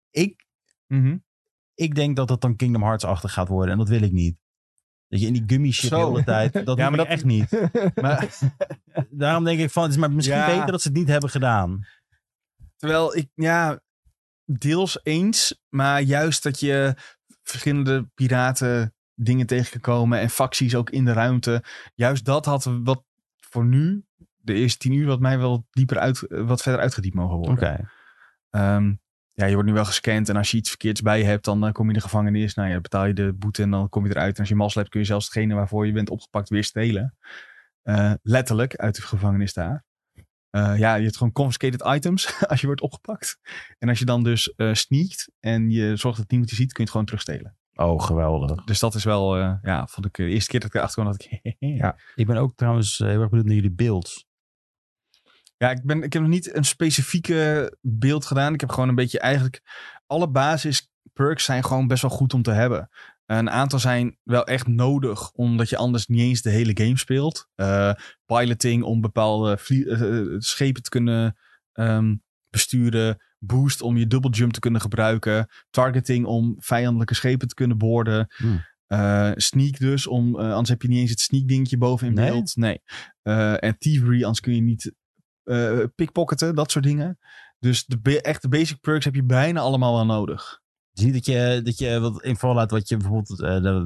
ik denk dat het dan Kingdom Hearts-achtig gaat worden. En dat wil ik niet. Dat je in die gummy shit de hele tijd. Dat wil ik echt niet. Maar daarom denk ik van, het is maar misschien beter dat ze het niet hebben gedaan. Terwijl deels eens, maar juist dat je verschillende piraten dingen tegen kan komen en facties ook in de ruimte. Juist dat had wat voor nu, de eerste 10 uur, wat mij wel wat verder uitgediept mogen worden. Oké. Je wordt nu wel gescand en als je iets verkeerds bij je hebt, dan kom je de gevangenis. Nou ja, dan betaal je de boete en dan kom je eruit. En als je mazzel hebt, kun je zelfs hetgene waarvoor je bent opgepakt weer stelen. Letterlijk uit de gevangenis daar. Je hebt gewoon confiscated items als je wordt opgepakt. En als je dan dus sneakt en je zorgt dat niemand je ziet, kun je het gewoon terugstelen. Oh, geweldig. Dus dat is wel, vond ik de eerste keer dat ik erachter kwam, dat ik... Ik ben ook trouwens heel erg benieuwd naar jullie beelds. Ja, ik heb nog niet een specifieke beeld gedaan. Ik heb gewoon een beetje eigenlijk... Alle basis perks zijn gewoon best wel goed om te hebben. Een aantal zijn wel echt nodig, omdat je anders niet eens de hele game speelt. Piloting om bepaalde schepen te kunnen besturen, boost om je double jump te kunnen gebruiken, targeting om vijandelijke schepen te kunnen boorden, sneak dus, anders heb je niet eens het sneak dingetje boven in beeld. Nee. En thievery, anders kun je niet pickpocketen, dat soort dingen. Dus echte basic perks heb je bijna allemaal wel nodig. Het is niet dat je wat in Fallout, wat je bijvoorbeeld...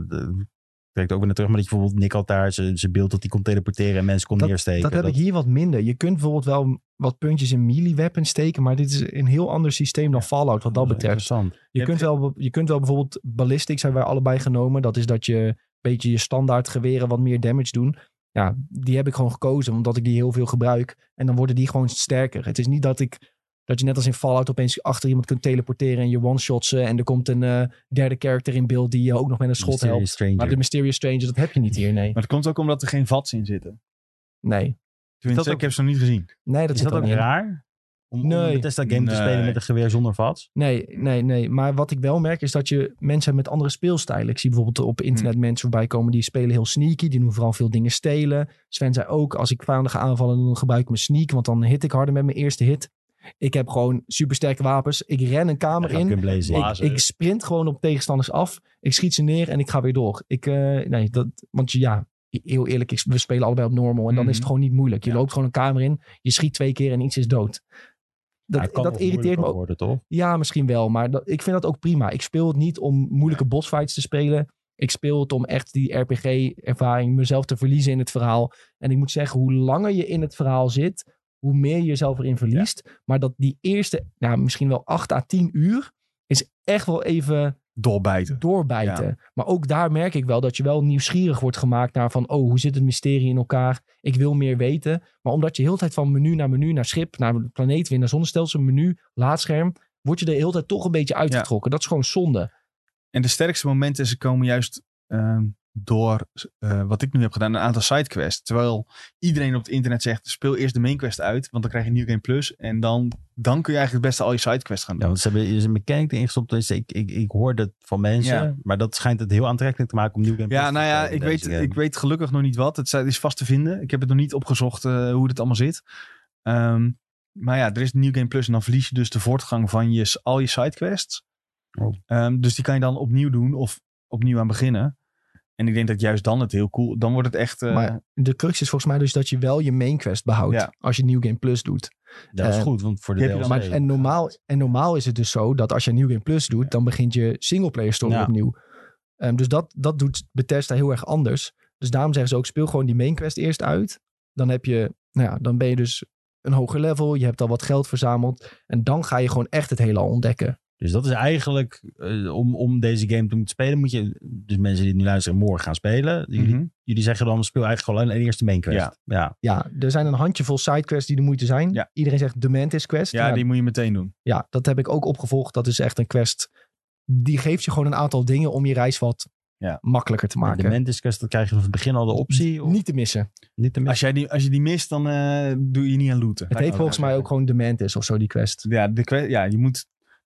Trekt ook weer naar terug, maar dat je bijvoorbeeld Nick daar zijn beeld dat hij kon teleporteren en mensen kon neersteken. Dat heb ik hier wat minder. Je kunt bijvoorbeeld wel wat puntjes in melee weapons steken, maar dit is een heel ander systeem dan Fallout wat dat betreft. Je kunt wel bijvoorbeeld ballistics hebben wij allebei genomen. Dat is dat je een beetje je standaard geweren wat meer damage doen. Ja, die heb ik gewoon gekozen, omdat ik die heel veel gebruik. En dan worden die gewoon sterker. Het is niet dat je net als in Fallout opeens achter iemand kunt teleporteren en je one-shots en er komt een derde character in beeld die je ook nog met een schot helpt. Stranger. Maar de Mysterious Stranger, dat heb je niet hier, nee. Maar het komt ook omdat er geen vats in zitten. Nee. Ik heb ze nog niet gezien. Nee, dat is zit dat ook niet in. raar? Om een Bethesda game te spelen met een geweer zonder vats? Nee. Maar wat ik wel merk is dat je mensen hebt met andere speelstijlen. Ik zie bijvoorbeeld op internet mensen voorbij komen die spelen heel sneaky. Die doen vooral veel dingen stelen. Sven zei ook, als ik vijanden ga aanvallen, dan gebruik ik mijn sneak. Want dan hit ik harder met mijn eerste hit. Ik heb gewoon supersterke wapens. Ik ren een kamer in. Ik sprint gewoon op tegenstanders af. Ik schiet ze neer en ik ga weer door. Want ja, heel eerlijk, we spelen allebei op normal. En dan is het gewoon niet moeilijk. Je loopt gewoon een kamer in. Je schiet 2 keer en iets is dood. Dat irriteert me ook. Worden, toch? Ja, misschien wel. Maar ik vind dat ook prima. Ik speel het niet om moeilijke bossfights te spelen. Ik speel het om echt die RPG-ervaring, mezelf te verliezen in het verhaal. En ik moet zeggen, hoe langer je in het verhaal zit, hoe meer je jezelf erin verliest. Ja. Maar dat die eerste, misschien wel 8 à 10 uur, is echt wel even doorbijten. Ja. Maar ook daar merk ik wel dat je wel nieuwsgierig wordt gemaakt naar van, hoe zit het mysterie in elkaar? Ik wil meer weten. Maar omdat je de hele tijd van menu, naar schip, naar planeet weer, naar zonnestelsel, menu, laadscherm, word je er de hele tijd toch een beetje uitgetrokken. Ja. Dat is gewoon zonde. En de sterkste momenten ze komen juist door wat ik nu heb gedaan, een aantal sidequests. Terwijl iedereen op het internet zegt, speel eerst de main quest uit, want dan krijg je New Game Plus. En dan kun je eigenlijk het beste al je sidequests gaan doen. Ja, want ze hebben een mechanic erin gestopt. Dus ik hoor dat van mensen, maar dat schijnt het heel aantrekkelijk te maken om New Game Plus te spelen. Ik weet gelukkig nog niet wat. Het is vast te vinden. Ik heb het nog niet opgezocht hoe het allemaal zit. Maar ja, er is New Game Plus en dan verlies je dus de voortgang van al je sidequests. Dus die kan je dan opnieuw doen of opnieuw aan beginnen. En ik denk dat juist dan het heel cool... Dan wordt het echt... Maar de crux is volgens mij dus dat je wel je main quest behoudt. Als je New Game Plus doet. Dat is goed, want voor de DLC... En normaal is het dus zo dat als je New Game Plus doet, dan begint je singleplayer story opnieuw. Dus dat doet Bethesda heel erg anders. Dus daarom zeggen ze ook, speel gewoon die main quest eerst uit. Dan heb je... dan ben je dus een hoger level. Je hebt al wat geld verzameld. En dan ga je gewoon echt het heelal ontdekken. Dus dat is eigenlijk, om deze game te moeten spelen, moet je, dus mensen die nu luisteren, morgen gaan spelen. Jullie zeggen dan, speel eigenlijk gewoon een eerste main quest. Ja, er zijn een handjevol sidequests die de moeite zijn. Ja. Iedereen zegt de Mantis quest. Ja, die moet je meteen doen. Ja, dat heb ik ook opgevolgd. Dat is echt een quest, die geeft je gewoon een aantal dingen om je reis wat makkelijker te maken. De Mantis quest, dan krijg je vanaf het begin al de optie. Niet te missen. Als je die mist, dan doe je niet aan looten. Het heet volgens mij ook gewoon de Mantis of zo, die quest. Ja, je moet...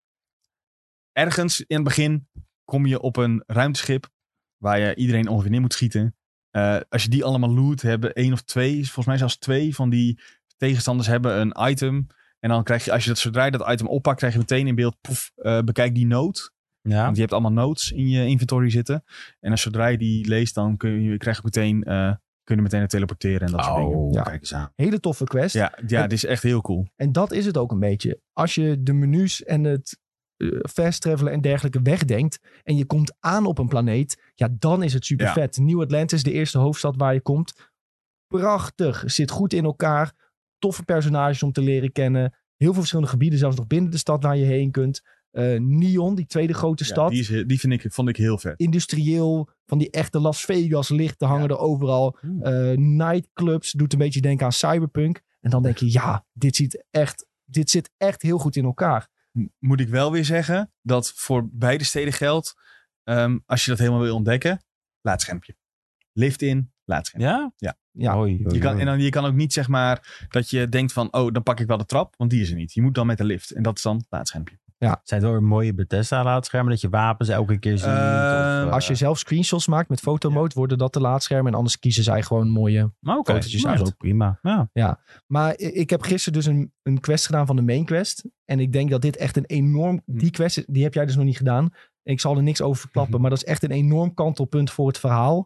Ergens in het begin kom je op een ruimteschip waar je iedereen ongeveer neer moet schieten. Als je die allemaal loot, hebben 1 of 2, volgens mij zelfs 2 van die tegenstanders hebben een item. En dan krijg je, zodra je dat item oppakt, krijg je meteen in beeld, bekijk die note. Ja. Want je hebt allemaal notes in je inventory zitten. En zodra je die leest, dan krijg je meteen het teleporteren en dat soort dingen. Ja. Kijk eens aan. Hele toffe quest. Ja, dit is echt heel cool. En dat is het ook een beetje. Als je de menus en het fast travelen en dergelijke wegdenkt en je komt aan op een planeet, dan is het super vet. Nieuw Atlantis, de eerste hoofdstad waar je komt. Prachtig. Zit goed in elkaar. Toffe personages om te leren kennen. Heel veel verschillende gebieden, zelfs nog binnen de stad waar je heen kunt. Neon, die tweede grote stad. Die vond ik heel vet. Industrieel, van die echte Las Vegas lichten hangen er overal. Nightclubs, doet een beetje denken aan Cyberpunk. En dan denk je, dit zit echt heel goed in elkaar. Moet ik wel weer zeggen dat voor beide steden geldt, als je dat helemaal wil ontdekken, laadschermpje. Lift in, laadschermpje. Ja. Je kan ook niet zeg maar dat je denkt van, dan pak ik wel de trap, want die is er niet. Je moet dan met de lift en dat is dan laadschermpje. Ja. Zijn het wel een mooie Bethesda laadschermen dat je wapens elke keer ziet? Als je zelf screenshots maakt met fotomode, worden dat de laadschermen. En anders kiezen zij gewoon mooie fotootjes uit. Dat is ook prima. Ja. Maar ik heb gisteren dus een quest gedaan van de main quest. En ik denk dat dit echt een enorm... Die quest, die heb jij dus nog niet gedaan. Ik zal er niks over verklappen. Maar dat is echt een enorm kantelpunt voor het verhaal.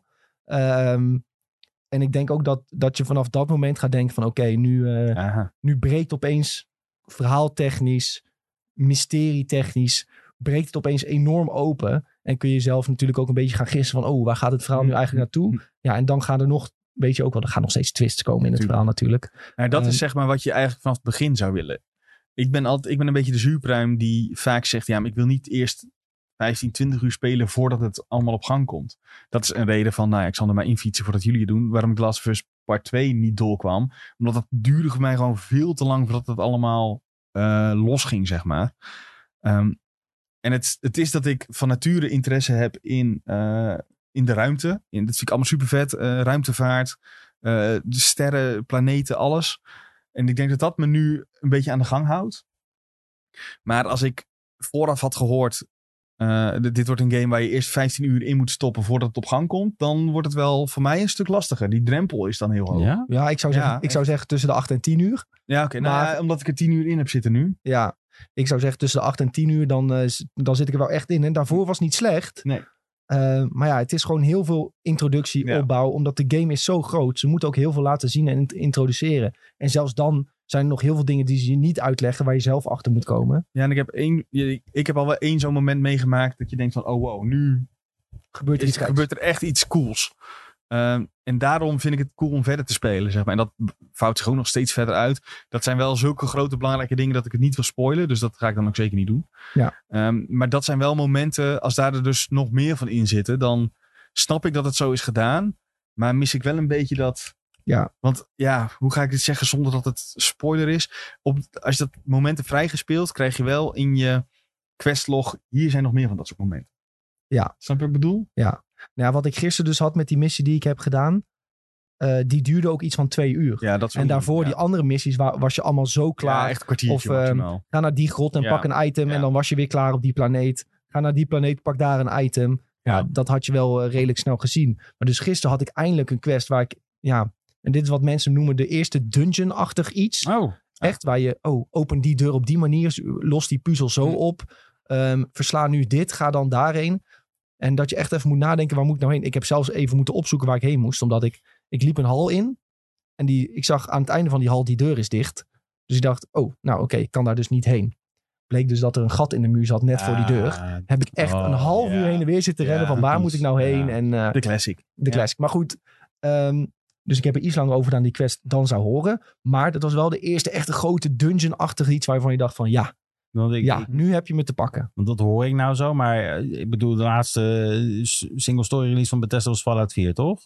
En ik denk ook dat je vanaf dat moment gaat denken van... Oké, nu breekt opeens verhaaltechnisch, mysterietechnisch... breekt het opeens enorm open. En kun je zelf natuurlijk ook een beetje gaan gissen van... waar gaat het verhaal nu eigenlijk naartoe? Ja, en dan gaan er nog... Weet je ook wel, er gaan nog steeds twists komen in het verhaal natuurlijk. Nou, dat is zeg maar wat je eigenlijk vanaf het begin zou willen. Ik ben een beetje de zuurpruim die vaak zegt... Ja, maar ik wil niet eerst 15, 20 uur spelen voordat het allemaal op gang komt. Dat is een reden van, ik zal er maar infietsen voordat jullie het doen. Waarom ik The Last of Us Part 2 niet doorkwam. Omdat het duurde voor mij gewoon veel te lang voordat het allemaal losging, zeg maar. En het is dat ik van nature interesse heb in de ruimte. Dat vind ik allemaal super vet. Ruimtevaart, de sterren, planeten, alles. En ik denk dat dat me nu een beetje aan de gang houdt. Maar als ik vooraf had gehoord... dit wordt een game waar je eerst 15 uur in moet stoppen voordat het op gang komt. Dan wordt het wel voor mij een stuk lastiger. Die drempel is dan heel hoog. Ja, ik zou zeggen tussen de 8 en 10 uur. Ja, oké. Maar omdat ik er 10 uur in heb zitten nu. Ja, ik zou zeggen tussen de 8 en 10 uur. Dan zit ik er wel echt in. En daarvoor was het niet slecht. Nee. Maar ja, het is gewoon heel veel introductie, opbouw. Omdat de game is zo groot. Ze moeten ook heel veel laten zien en introduceren. En zelfs dan zijn er nog heel veel dingen die ze je niet uitleggen... waar je zelf achter moet komen. Ja, en ik heb al wel één zo'n moment meegemaakt... dat je denkt van, oh wow, nu gebeurt er echt iets cools. En daarom vind ik het cool om verder te spelen, zeg maar. En dat vouwt zich ook nog steeds verder uit. Dat zijn wel zulke grote belangrijke dingen... dat ik het niet wil spoilen. Dus dat ga ik dan ook zeker niet doen. Ja. Maar dat zijn wel momenten... als daar er dus nog meer van in zitten... dan snap ik dat het zo is gedaan. Maar mis ik wel een beetje dat... Ja. Want hoe ga ik dit zeggen zonder dat het spoiler is? Als je dat momenten vrijgespeeld... krijg je wel in je questlog... hier zijn nog meer van dat soort momenten. Ja. Snap je wat ik bedoel? Ja. Nou, wat ik gisteren dus had met die missie die ik heb gedaan... die duurde ook iets van 2 uur. Ja, dat is en daarvoor die andere missies was je allemaal zo klaar. Ja, echt een kwartiertje maximaal. Ga naar die grot en pak een item... en dan was je weer klaar op die planeet. Ga naar die planeet, pak daar een item. Ja, dat had je wel redelijk snel gezien. Maar dus gisteren had ik eindelijk een quest waar ik... En dit is wat mensen noemen de eerste dungeon-achtig iets. Oh. Echt, waar je, open die deur op die manier, los die puzzel zo op. Versla nu dit, ga dan daarheen. En dat je echt even moet nadenken, waar moet ik nou heen? Ik heb zelfs even moeten opzoeken waar ik heen moest. Omdat ik liep een hal in. En ik zag aan het einde van die hal, die deur is dicht. Dus ik dacht, ik kan daar dus niet heen. Bleek dus dat er een gat in de muur zat, net voor die deur. Heb ik echt een half uur heen en weer zitten rennen van waar moet ik nou heen? En, de classic. De classic. Maar goed... Dus ik heb er iets langer over gedaan die quest dan zou horen. Maar dat was wel de eerste echte grote dungeon-achtige iets waarvan je dacht van nu heb je me te pakken. Want dat hoor ik nou zo. Maar ik bedoel, de laatste single story release van Bethesda was Fallout 4, toch?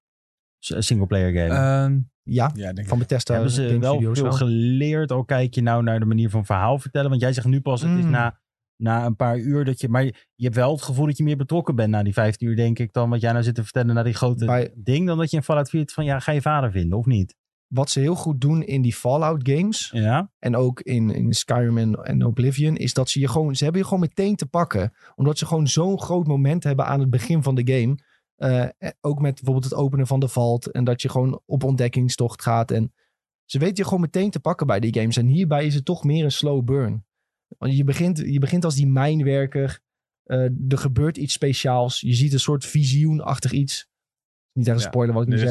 Single player game. Van Bethesda. Hebben ze wel veel geleerd? Al kijk je nou naar de manier van verhaal vertellen. Want jij zegt nu pas, het is na een paar uur dat je... Maar je hebt wel het gevoel dat je meer betrokken bent na die 15 uur, denk ik, dan wat jij nou zit te vertellen naar die grote ding. Dan dat je in Fallout 4 van, ga je vader vinden, of niet? Wat ze heel goed doen in die Fallout games, en ook in Skyrim en Oblivion, is dat ze hebben je gewoon meteen te pakken. Omdat ze gewoon zo'n groot moment hebben aan het begin van de game. Ook met bijvoorbeeld het openen van de vault. En dat je gewoon op ontdekkingstocht gaat. En ze weten je gewoon meteen te pakken bij die games. En hierbij is het toch meer een slow burn. Want je begint als die mijnwerker. Er gebeurt iets speciaals. Je ziet een soort visioenachtig iets. Niet echt een spoiler wat ik nu zeg.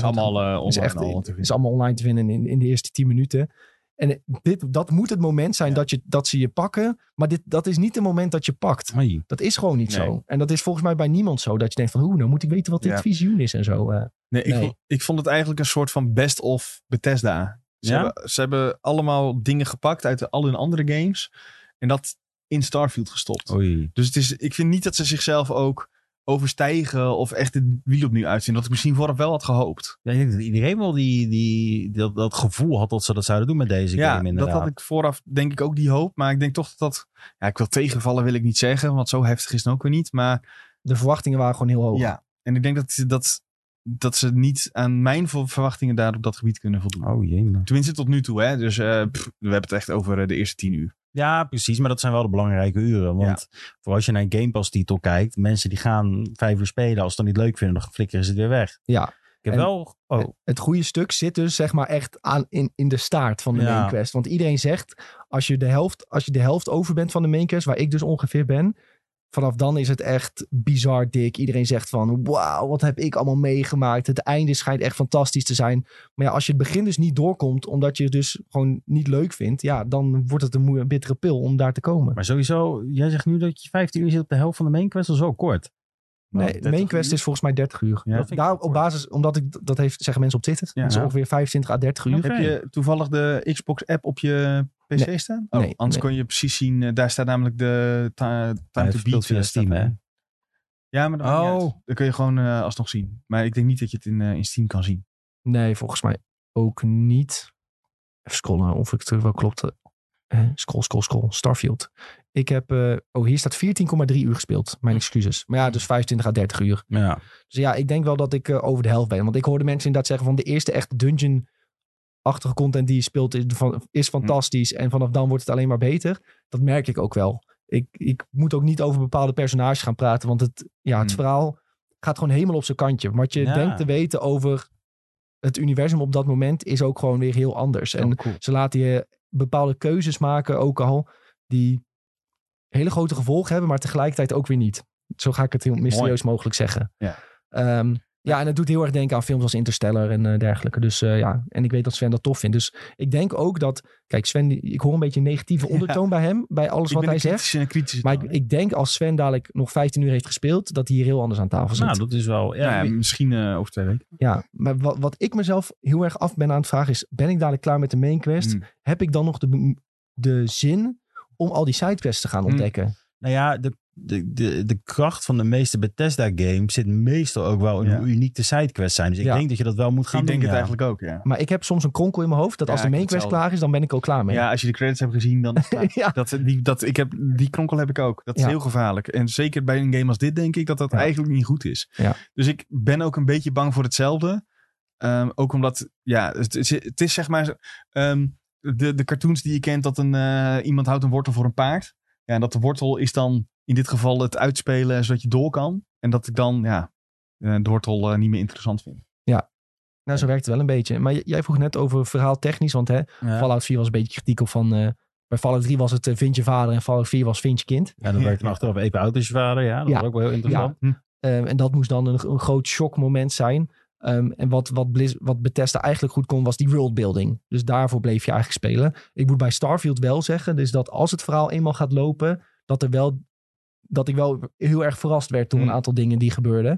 Het is allemaal online te vinden in de eerste 10 minuten. En dat moet het moment zijn dat ze je pakken. Maar dat is niet het moment dat je pakt. Nee. Dat is gewoon niet zo. En dat is volgens mij bij niemand zo. Dat je denkt van, nou moet ik weten wat dit visioen is en zo. Ik vond het eigenlijk een soort van best of Bethesda. Ze hebben allemaal dingen gepakt uit al hun andere games. En dat in Starfield gestopt. Oei. Dus ik vind niet dat ze zichzelf ook overstijgen of echt het wiel opnieuw uitzien. Dat ik misschien vooraf wel had gehoopt. Ja, ik denk dat iedereen wel dat gevoel had dat ze dat zouden doen met deze game inderdaad. Dat had ik vooraf denk ik ook die hoop. Maar ik denk toch dat... Ja, ik wil tegenvallen wil ik niet zeggen. Want zo heftig is het ook weer niet. Maar de verwachtingen waren gewoon heel hoog. Ja, en ik denk dat ze niet aan mijn verwachtingen daar op dat gebied kunnen voldoen. Oh jee man. Tenminste tot nu toe. Hè? Dus we hebben het echt over de eerste 10 uur. Ja, precies. Maar dat zijn wel de belangrijke uren. Want voor als je naar een Game Pass titel kijkt, mensen die gaan 5 uur spelen. Als ze het dan niet leuk vinden, dan flikkeren ze het weer weg. Ja. Ik heb wel... Het goede stuk zit dus zeg maar echt in de staart van de main quest. Want iedereen zegt, als je de helft over bent van de main quest, waar ik dus ongeveer ben, vanaf dan is het echt bizar dik. Iedereen zegt van, wauw, wat heb ik allemaal meegemaakt. Het einde schijnt echt fantastisch te zijn. Maar ja, als je het begin dus niet doorkomt, omdat je het dus gewoon niet leuk vindt, ja, dan wordt het een bittere pil om daar te komen. Maar sowieso, jij zegt nu dat je 15 uur zit op de helft van de main quest, dat is wel kort. Nee, de main quest is volgens mij 30 uur. Ja, daar op basis, omdat dat zeggen mensen op Twitter. Dat is ongeveer 25 à 30 uur. Okay. Heb je toevallig de Xbox app op je PC staan? Oh, anders kon je precies zien. Daar staat namelijk de time to beat via Steam, hè? Ja, maar dan kun je gewoon alsnog zien. Maar ik denk niet dat je het in Steam kan zien. Nee, volgens mij ook niet. Even scrollen of ik het wel klopt. Scroll. Starfield. Ik heb... hier staat 14,3 uur gespeeld. Mijn excuses. Maar ja, dus 25 à 30 uur. Ja. Dus ja, ik denk wel dat ik over de helft ben. Want ik hoorde mensen inderdaad zeggen van de eerste echte dungeon-achtige content die je speelt is fantastisch. En vanaf dan wordt het alleen maar beter. Dat merk ik ook wel. Ik moet ook niet over bepaalde personages gaan praten. Want het verhaal gaat gewoon helemaal op zijn kantje. Wat je denkt te weten over het universum op dat moment is ook gewoon weer heel anders. En ze laten je bepaalde keuzes maken ook al die hele grote gevolgen hebben, maar tegelijkertijd ook weer niet. Zo ga ik het heel mysterieus mogelijk zeggen. Ja. En het doet heel erg denken aan films als Interstellar en dergelijke. Dus en ik weet dat Sven dat tof vindt. Dus ik denk ook dat, kijk, Sven, ik hoor een beetje een negatieve ondertoon bij hem, bij alles wat hij zegt. Maar ik denk als Sven dadelijk nog 15 uur heeft gespeeld, dat hij hier heel anders aan tafel zit. Nou, dat is wel... misschien over 2 weken. Ja, maar wat ik mezelf heel erg af ben aan het vragen is, ben ik dadelijk klaar met de main quest? Heb ik dan nog de zin om al die sidequests te gaan ontdekken? Nou ja, de kracht van de meeste Bethesda-games zit meestal ook wel in hoe uniek de sidequests zijn. Dus ik denk dat je dat wel moet gaan doen. Ik denk het eigenlijk ook, ja. Maar ik heb soms een kronkel in mijn hoofd dat als de main quest klaar is, dan ben ik ook klaar mee. Ja, als je de credits hebt gezien, dan die kronkel heb ik ook. Dat is heel gevaarlijk. En zeker bij een game als dit denk ik dat eigenlijk niet goed is. Ja. Dus ik ben ook een beetje bang voor hetzelfde. Ook omdat, het is zeg maar de cartoons die je kent dat iemand houdt een wortel voor een paard. Ja, en dat de wortel is dan in dit geval het uitspelen zodat je door kan. En dat ik dan de wortel niet meer interessant vind. Ja, nou zo werkt het wel een beetje. Maar jij vroeg net over verhaal technisch. Want Fallout 4 was een beetje kritiek op van... bij Fallout 3 was het vind je vader en Fallout 4 was vind je kind. Ja, dan werkte achteraf even oud is je vader. Ja, dat was ook wel heel interessant. Ja. En dat moest dan een groot shockmoment zijn. En wat Bethesda eigenlijk goed kon, was die worldbuilding. Dus daarvoor bleef je eigenlijk spelen. Ik moet bij Starfield wel zeggen, dus dat als het verhaal eenmaal gaat lopen, dat ik wel heel erg verrast werd door een aantal dingen die gebeurden.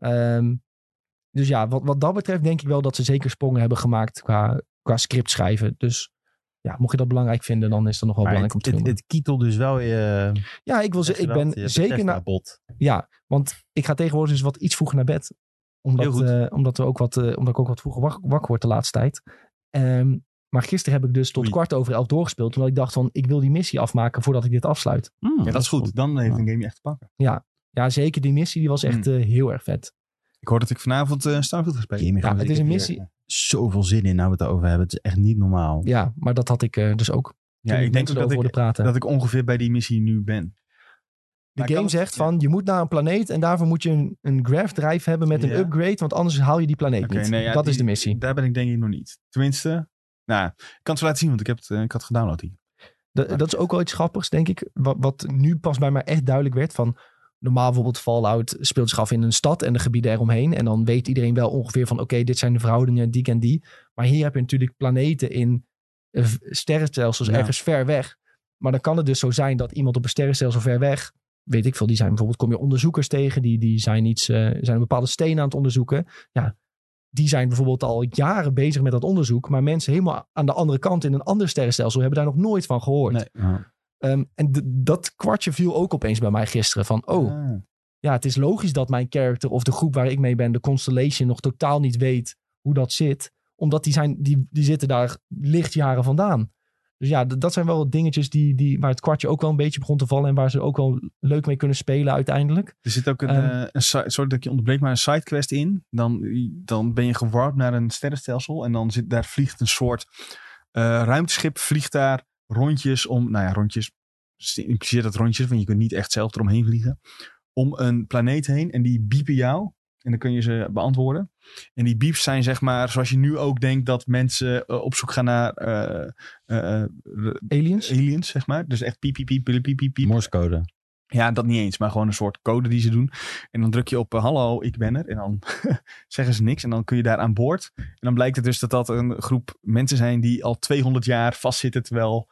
Dus ja, wat dat betreft denk ik wel dat ze zeker sprongen hebben gemaakt qua script schrijven. Dus ja, mocht je dat belangrijk vinden, dan is dat nog wel belangrijk om te doen. Dit kietel dus wel ik ben zeker naar... Ja, want ik ga tegenwoordig dus iets vroeger naar bed. Omdat ik ook wat vroeger wakker word de laatste tijd. Maar gisteren heb ik dus tot 11:15 doorgespeeld. Omdat ik dacht van, ik wil die missie afmaken voordat ik dit afsluit. Ja, dat is goed. Dan heeft een game je echt te pakken. Ja, zeker. Die missie die was echt heel erg vet. Ik hoor dat ik vanavond Starfield ga spelen. Ja, het is een missie. Zoveel zin in, nou we het over hebben. Het is echt niet normaal. Ja, maar dat had ik dus ook. Ja, ik denk ook dat ik ongeveer bij die missie nu ben. De game zegt van, je moet naar een planeet en daarvoor moet je een grav drive hebben met een upgrade, want anders haal je die planeet niet. Nee, dat is de missie. Daar ben ik denk ik nog niet. Tenminste, ik kan het zo laten zien, want ik had gedownload hier. Dat is ook wel iets grappigs, denk ik. Wat nu pas bij mij echt duidelijk werd van, normaal bijvoorbeeld Fallout speelt zich af in een stad en de gebieden eromheen. En dan weet iedereen wel ongeveer van, oké, dit zijn de verhoudingen, die en die. Maar hier heb je natuurlijk planeten in sterrenstelsels ergens ver weg. Maar dan kan het dus zo zijn dat iemand op een sterrenstelsel ver weg, weet ik veel, die zijn bijvoorbeeld, kom je onderzoekers tegen, die zijn een bepaalde steen aan het onderzoeken. Ja, die zijn bijvoorbeeld al jaren bezig met dat onderzoek, maar mensen helemaal aan de andere kant in een ander sterrenstelsel hebben daar nog nooit van gehoord. Nee. En dat kwartje viel ook opeens bij mij gisteren van, ja, het is logisch dat mijn character of de groep waar ik mee ben, de Constellation, nog totaal niet weet hoe dat zit, omdat die zitten daar lichtjaren vandaan. Dus ja, dat zijn wel dingetjes waar het kwartje ook wel een beetje begon te vallen en waar ze ook wel leuk mee kunnen spelen uiteindelijk. Er zit ook sorry dat ik je onderbreek, maar een sidequest in. Dan ben je gewarpt naar een sterrenstelsel en daar vliegt een soort ruimteschip vliegt daar rondjes rondjes, impliceert dat rondjes, want je kunt niet echt zelf eromheen vliegen, om een planeet heen en die biepen jou en dan kun je ze beantwoorden. En die beeps zijn zeg maar, zoals je nu ook denkt dat mensen op zoek gaan naar aliens, zeg maar. Dus echt piep, piep, piep, piep, piep, piep, piep. Morsecode. Ja, dat niet eens, maar gewoon een soort code die ze doen. En dan druk je op hallo, ik ben er. En dan zeggen ze niks. En dan kun je daar aan boord. En dan blijkt het dus dat een groep mensen zijn die al 200 jaar vastzitten terwijl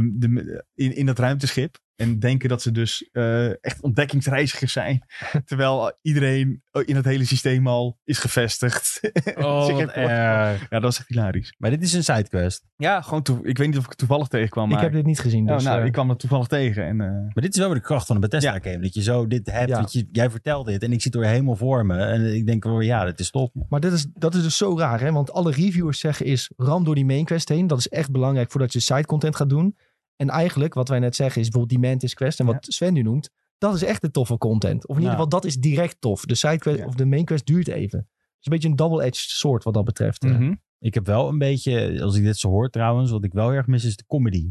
in dat ruimteschip. En denken dat ze dus echt ontdekkingsreizigers zijn. Terwijl iedereen in het hele systeem al is gevestigd. Ja, dat was echt hilarisch. Maar dit is een sidequest. Ja, gewoon ik weet niet of ik het toevallig tegenkwam. Maar ik heb dit niet gezien. Dus, ik kwam er toevallig tegen. En, Maar dit is wel weer de kracht van een Bethesda game. Dat je zo dit hebt. Ja. Jij vertelt dit en ik zit er helemaal voor me. En ik denk wel, ja, dat is top. Maar dat is dus zo raar, hè? Want alle reviewers zeggen is ram door die main quest heen. Dat is echt belangrijk voordat je side content gaat doen. En eigenlijk, wat wij net zeggen, is bijvoorbeeld die Mantis quest. En wat Sven nu noemt, dat is echt de toffe content. Of in ieder geval, dat is direct tof. De side quest of de main quest duurt even. Het is een beetje een double-edged sword wat dat betreft. Mm-hmm. Ik heb wel een beetje, als ik dit zo hoor trouwens, wat ik wel heel erg mis is de comedy.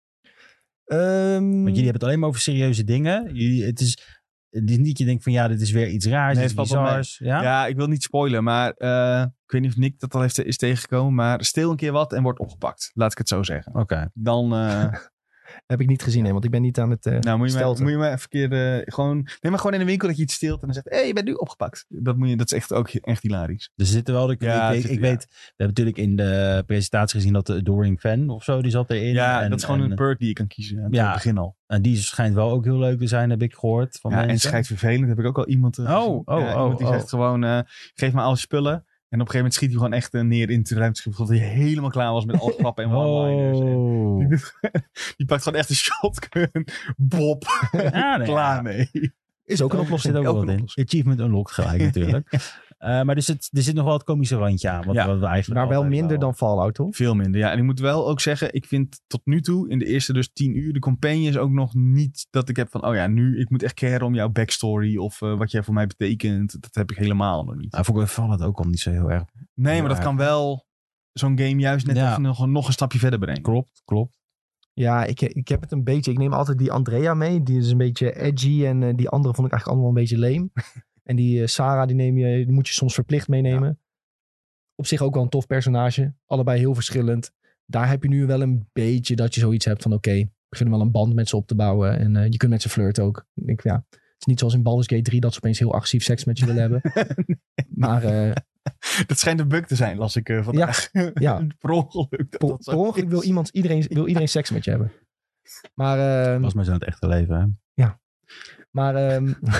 Want jullie hebben het alleen maar over serieuze dingen. Het is niet dat je denkt van ja, dit is weer iets raars, iets bizars. Ja, ik wil niet spoilen, maar ik weet niet of Nick dat al is tegengekomen. Maar steel een keer wat en wordt opgepakt. Laat ik het zo zeggen. Oké. Dan... heb ik niet gezien, want ik ben niet aan het moet je maar even keer neem maar gewoon in de winkel dat je iets steelt en dan zegt, je bent nu opgepakt. Dat is echt ook echt hilarisch. Dus er zitten wel ik weet, we hebben natuurlijk in de presentatie gezien dat de Adoring Fan of zo, die zat erin. Ja, en dat is gewoon een perk die je kan kiezen aan het begin al. En die schijnt wel ook heel leuk te zijn, heb ik gehoord. Van mensen. En schijnt vervelend, heb ik ook al iemand iemand die zegt gewoon, geef me alle spullen. En op een gegeven moment schiet hij gewoon echt neer in het ruimteschip. Omdat hij helemaal klaar was met alle grappen en one-liners. Die pakt gewoon echt een shotgun. Bob. Klaar mee. Is ook een oplossing. Ook wat in. Achievement unlocked gelijk natuurlijk. Maar dus er zit nog wel het komische randje aan. Wat we eigenlijk maar wel minder dan Fallout, toch? Veel minder, ja. En ik moet wel ook zeggen, ik vind tot nu toe, in de eerste dus 10 uur, de companions ook nog niet dat ik heb van, nu, ik moet echt caren om jouw backstory of wat jij voor mij betekent. Dat heb ik helemaal nog niet. Vond ik Fallout ook al niet zo heel erg. Nee, maar dat kan wel zo'n game juist net even nog een stapje verder brengen. Klopt. Ja, ik heb het een beetje. Ik neem altijd die Andrea mee. Die is een beetje edgy. En die andere vond ik eigenlijk allemaal een beetje lame. En die Sarah, die moet je soms verplicht meenemen. Ja. Op zich ook wel een tof personage. Allebei heel verschillend. Daar heb je nu wel een beetje dat je zoiets hebt van we beginnen wel een band met ze op te bouwen. En je kunt met ze flirten ook. Het is niet zoals in Baldur's Gate 3 dat ze opeens heel agressief seks met je willen hebben. Nee. Maar... dat schijnt een bug te zijn, las ik vandaag. Ja. Per ongeluk. Per ongeluk wil iedereen seks met je hebben. Maar... was maar zo in het echte leven, hè? Ja. Maar...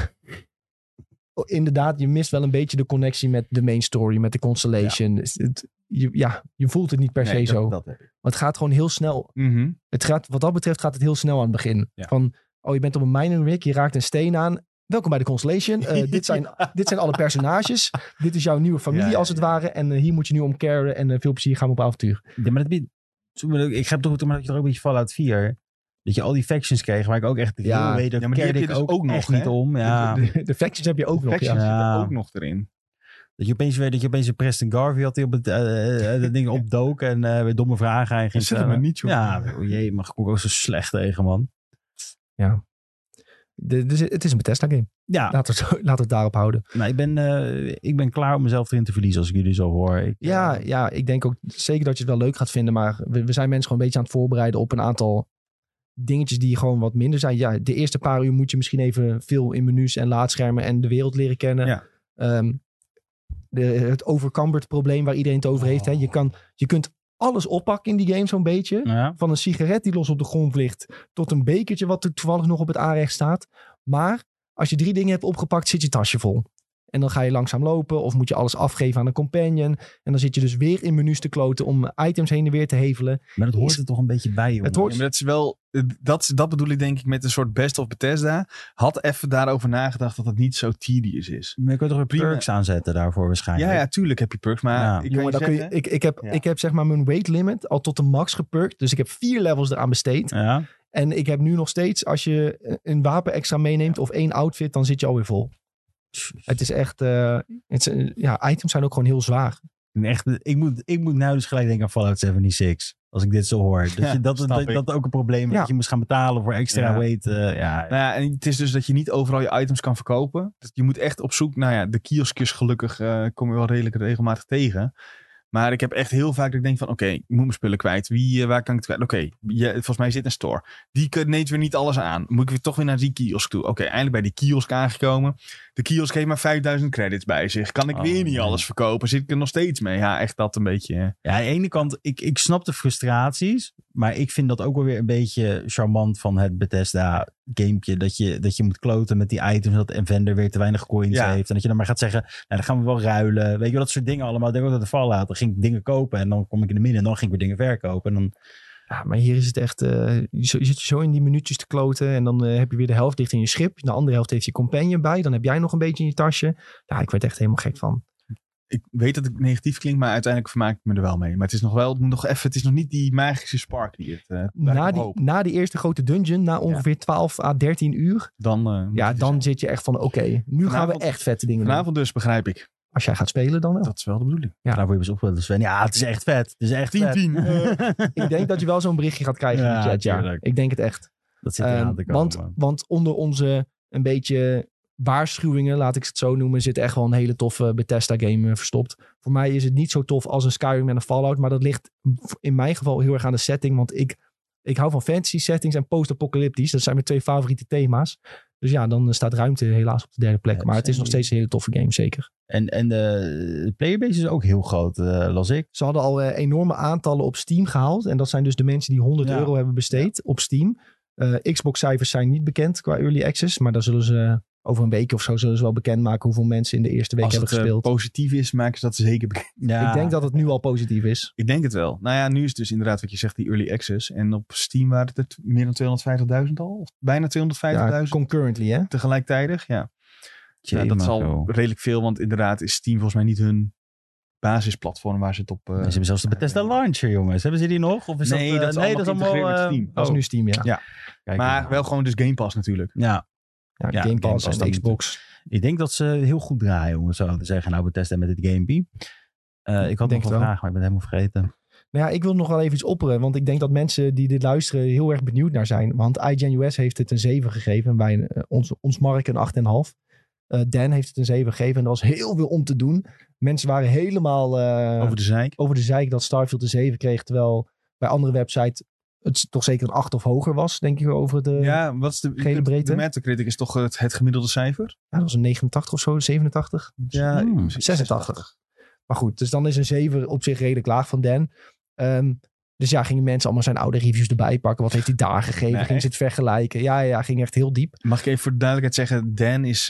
inderdaad, je mist wel een beetje de connectie met de main story, met de Constellation. Ja. Je voelt het niet per se zo. Want het gaat gewoon heel snel. Mm-hmm. Wat dat betreft gaat het heel snel aan het begin. Ja. Van, je bent op een mining rig, je raakt een steen aan. Welkom bij de Constellation. Dit zijn alle personages. Dit is jouw nieuwe familie als het ware. En hier moet je nu om caren. En veel plezier, gaan we op avontuur. Ja, maar ik heb toch maar dat je er ook een beetje Fallout 4... Dat je al die factions kreeg, waar ik ook echt heel weet. Dat maar die heb je dus ook nog niet om. Ja. De factions heb je ook nog. De factions zitten ook nog erin. Dat je opeens een Preston Garvey die op het ding opdook en weer domme vragen aan ging stellen. Maar niet, joh. Ja, jee, maar ik kom ook zo slecht tegen, man. Ja. Dus het is een Bethesda game. Ja. Laten we het daarop houden. Nou, ik ben klaar om mezelf erin te verliezen als ik jullie zo hoor. Ik denk ook zeker dat je het wel leuk gaat vinden. Maar we zijn mensen gewoon een beetje aan het voorbereiden op een aantal dingetjes die gewoon wat minder zijn. Ja, de eerste paar uur moet je misschien even veel in menus en laadschermen en de wereld leren kennen. Ja. Het overcumbered probleem waar iedereen het over heeft. Hè. Je kunt alles oppakken in die game zo'n beetje. Ja. Van een sigaret die los op de grond ligt tot een bekertje wat er toevallig nog op het aanrecht staat. Maar als je 3 dingen hebt opgepakt, zit je tasje vol. En dan ga je langzaam lopen of moet je alles afgeven aan een companion. En dan zit je dus weer in menus te kloten om items heen en weer te hevelen. Maar dat hoort er toch een beetje bij, jongen. Het hoort, maar dat is wel, dat bedoel ik denk ik met een soort best of Bethesda. Had even daarover nagedacht dat het niet zo tedious is. Maar je kunt toch weer perks aanzetten daarvoor waarschijnlijk. Ja, tuurlijk heb je perks. Maar ik heb zeg maar mijn weight limit al tot de max geperkt. Dus ik heb 4 levels eraan besteed. Ja. En ik heb nu nog steeds, als je een wapen extra meeneemt of 1 outfit, dan zit je alweer vol. Het is echt... items zijn ook gewoon heel zwaar. Ik moet nou dus gelijk denken aan Fallout 76. Als ik dit zo hoor. Dat ook een probleem is. Dat je moest gaan betalen voor extra weight. Nou ja, en het is dus dat je niet overal je items kan verkopen. Dus je moet echt op zoek. Nou ja, de kioskjes gelukkig kom je wel redelijk regelmatig tegen. Maar ik heb echt heel vaak dat ik denk van... Oké, ik moet mijn spullen kwijt. Waar kan ik het kwijt? Oké, volgens mij zit een store. Die neemt weer niet alles aan. Moet ik weer toch weer naar die kiosk toe? Oké, eindelijk bij die kiosk aangekomen. De kiosk heeft maar 5000 credits bij zich. Kan ik weer niet alles verkopen? Zit ik er nog steeds mee? Ja, echt dat een beetje... Ja, aan de ene kant, ik snap de frustraties. Maar ik vind dat ook wel weer een beetje charmant van het Bethesda gamepje. Dat je moet kloten met die items. Dat een vendor weer te weinig coins heeft. En dat je dan maar gaat zeggen, nou, dan gaan we wel ruilen. Weet je, dat soort dingen allemaal. Ik denk ook dat de Fallout. Dan ging ik dingen kopen en dan kom ik in de midden. En dan ging ik weer dingen verkopen. En dan... Ja, maar hier is het echt... je zit zo in die minuutjes te kloten. En dan heb je weer de helft dicht in je schip. De andere helft heeft je companion bij. Dan heb jij nog een beetje in je tasje. Ja, ik werd echt helemaal gek van. Ik weet dat het negatief klinkt, maar uiteindelijk vermaak ik me er wel mee. Maar het is nog wel, het is nog niet die magische spark die het na die eerste grote dungeon, na ongeveer 12 à 13 uur. Dan zit je echt van, oké, nu gaan we echt vette dingen doen. Vanavond dus, begrijp ik. Als jij gaat spelen dan wel. Dat is wel de bedoeling. Ja, daar word je op wel Sven. Ja, het is echt vet. Het is echt 10-10. Ik denk dat je wel zo'n berichtje gaat krijgen in de chat. Ja, ik denk het echt. Dat zit eraan te komen. Want onder onze een beetje waarschuwingen, laat ik het zo noemen, zit echt wel een hele toffe Bethesda game verstopt. Voor mij is het niet zo tof als een Skyrim en een Fallout, maar dat ligt in mijn geval heel erg aan de setting, want ik hou van fantasy settings en post-apocalyptisch. Dat zijn mijn 2 favoriete thema's. Dus ja, dan staat ruimte helaas op de derde plek. Maar het is nog steeds een hele toffe game, zeker. En de playerbase is ook heel groot, las ik. Ze hadden al enorme aantallen op Steam gehaald. En dat zijn dus de mensen die €100 hebben besteed op Steam. Xbox-cijfers zijn niet bekend qua Early Access. Maar daar zullen ze over een week of zo zullen ze wel bekendmaken hoeveel mensen in de eerste week hebben gespeeld. Als het positief is, maken ze dat zeker bekend. Ja. Ik denk dat het nu al positief is. Ik denk het wel. Nou ja, nu is het dus inderdaad wat je zegt, die Early Access. En op Steam waren het meer dan 250.000 al. Of bijna 250.000. Ja, concurrently, hè? Tegelijkertijd, ja. Dat is al redelijk veel, want inderdaad is Steam volgens mij niet hun basisplatform waar ze het op... Ze hebben zelfs de Bethesda Launcher, jongens. Hebben ze die nog? Of is dat is allemaal Steam. Dat is nu Steam, ja. Kijk, maar wel gewoon dus Game Pass natuurlijk. Ja, Game Pass en de Xbox. Ik denk dat ze heel goed draaien, om het zo te zeggen. Nou, Bethesda met het Gamepie. Ik had nog een vraag, maar ik ben het helemaal vergeten. Nou ja, ik wil nog wel even iets opperen. Want ik denk dat mensen die dit luisteren heel erg benieuwd naar zijn. Want IGN US heeft het een 7 gegeven. En wij ons Mark een 8,5. Dan heeft het een 7 gegeven. En er was heel veel om te doen. Mensen waren helemaal over de zeik dat Starfield een 7 kreeg. Terwijl bij andere websites het toch zeker een 8 of hoger was, denk ik, over de wat is gele breedte. De Metacritic is toch het gemiddelde cijfer? Ja, dat was een 89 of zo, 87. Ja, 86. Maar goed, dus dan is een 7 op zich redelijk laag van Dan. Dus ja, gingen mensen allemaal zijn oude reviews erbij pakken. Wat heeft hij daar gegeven? Ging ze het vergelijken? Ja, ging echt heel diep. Mag ik even voor de duidelijkheid zeggen, Dan is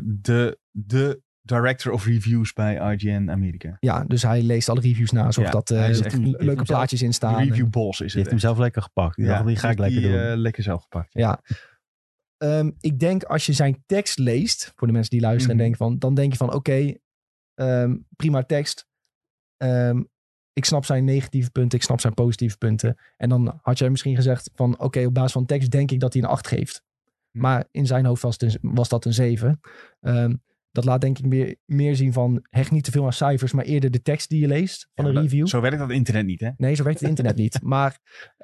de director of reviews bij IGN Amerika. Ja, dus hij leest alle reviews na, zodat dat leuke plaatjes in staan. Review boss is het. Heeft hem zelf lekker gepakt. Die ga ik lekker doen. Lekker zelf gepakt. Ja. Ik denk als je zijn tekst leest, voor de mensen die luisteren en denken dan denk je van oké, prima tekst. Ik snap zijn negatieve punten, ik snap zijn positieve punten. En dan had jij misschien gezegd van oké, op basis van tekst denk ik dat hij een 8 geeft. Maar in zijn hoofd was dat een 7. Dat laat denk ik meer zien van hecht niet te veel aan cijfers, maar eerder de tekst die je leest van een review. Zo werkt dat internet niet, hè? Nee, zo werkt het internet niet. Maar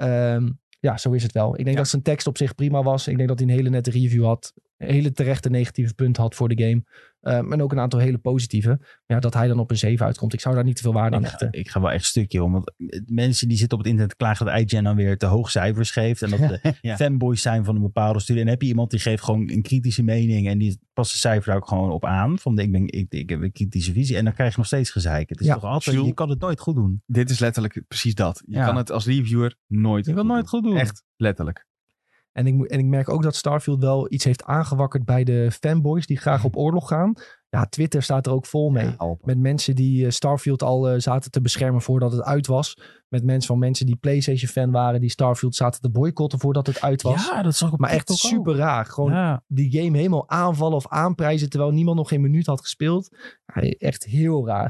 zo is het wel. Ik denk dat zijn tekst op zich prima was. Ik denk dat hij een hele nette review had. Hele terechte negatieve punten had voor de game. En ook een aantal hele positieve. Ja, dat hij dan op een 7 uitkomt. Ik zou daar niet te veel waarde aan hechten. Ik ga wel echt stukje om. Want mensen die zitten op het internet klagen dat IGN dan weer te hoog cijfers geeft. En dat de fanboys zijn van een bepaalde studie. En dan heb je iemand die geeft gewoon een kritische mening. En die past de cijfer daar ook gewoon op aan. Van ik heb een kritische visie. En dan krijg je nog steeds gezeik. Het is toch altijd, je kan het nooit goed doen. Dit is letterlijk precies dat. Je kan het als reviewer nooit goed doen. Echt letterlijk. En ik merk ook dat Starfield wel iets heeft aangewakkerd bij de fanboys die graag op oorlog gaan. Ja, Twitter staat er ook vol mee. Ja, met mensen die Starfield al zaten te beschermen voordat het uit was. Met mensen die PlayStation fan waren die Starfield zaten te boycotten voordat het uit was. Ja, dat zag ik op maar echt super raar. Gewoon die game helemaal aanvallen of aanprijzen terwijl niemand nog geen minuut had gespeeld. Ja, echt heel raar.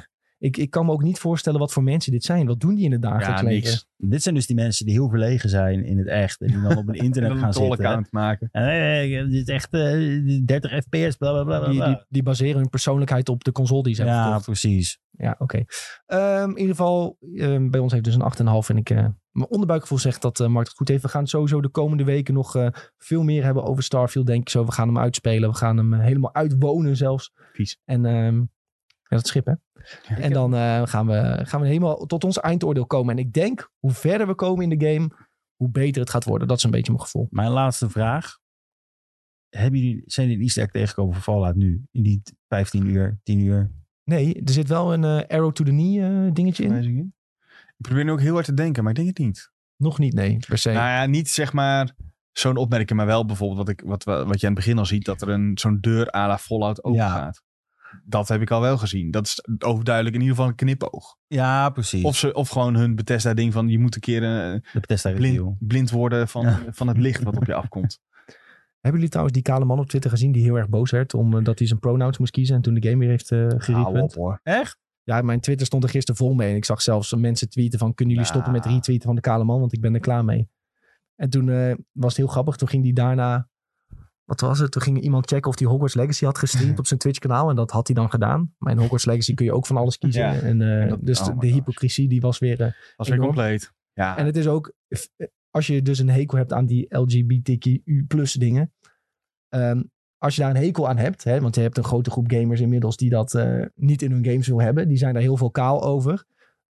Ik kan me ook niet voorstellen wat voor mensen dit zijn. Wat doen die in het dagelijks leven? Niks. Dit zijn dus die mensen die heel verlegen zijn in het echt. En die dan op een internet En dan gaan een zitten. troll-account maken. Dit is echt 30 fps, bla bla bla. Die baseren hun persoonlijkheid op de console die ze hebben Ja, gekocht. precies. Ja, oké. In ieder geval, bij ons heeft dus een 8,5. En mijn onderbuikgevoel zegt dat Mark het goed heeft. We gaan sowieso de komende weken nog veel meer hebben over Starfield, denk ik zo. We gaan hem uitspelen. We gaan hem helemaal uitwonen zelfs. Vies. En dat schip, hè? Ja, en dan gaan we helemaal tot ons eindoordeel komen. En ik denk, hoe verder we komen in de game, hoe beter het gaat worden. Dat is een beetje mijn gevoel. Mijn laatste vraag. Zijn jullie een Easter egg tegengekomen voor Fallout nu? In die 15 uur, 10 uur? Nee, er zit wel een arrow to the knee dingetje in. Ik probeer nu ook heel hard te denken, maar ik denk het niet. Nog niet, nee, per se. Nou ja, niet zeg maar zo'n opmerking, maar wel bijvoorbeeld wat je aan het begin al ziet, dat er zo'n deur à la Fallout open gaat. Dat heb ik al wel gezien. Dat is overduidelijk in ieder geval een knipoog. Ja, precies. Of gewoon hun Bethesda-ding van je moet een keer de Bethesda blind worden van het licht wat op je afkomt. Hebben jullie trouwens die kale man op Twitter gezien die heel erg boos werd omdat hij zijn pronouns moest kiezen en toen de game weer heeft gerepent? Hoor. Echt? Ja, mijn Twitter stond er gisteren vol mee en ik zag zelfs mensen tweeten van kunnen jullie stoppen met retweeten van de kale man, want ik ben er klaar mee. En toen was het heel grappig. Toen ging die daarna, wat was het? Toen ging iemand checken of hij Hogwarts Legacy had gestreamd op zijn Twitch kanaal en dat had hij dan gedaan. Maar in Hogwarts Legacy kun je ook van alles kiezen. Ja, en dus de hypocrisie die was weer weer compleet. Ja. En het is ook, als je dus een hekel hebt aan die LGBTQ plus dingen. Als je daar een hekel aan hebt, hè, want je hebt een grote groep gamers inmiddels die dat niet in hun games wil hebben. Die zijn daar heel vocaal over.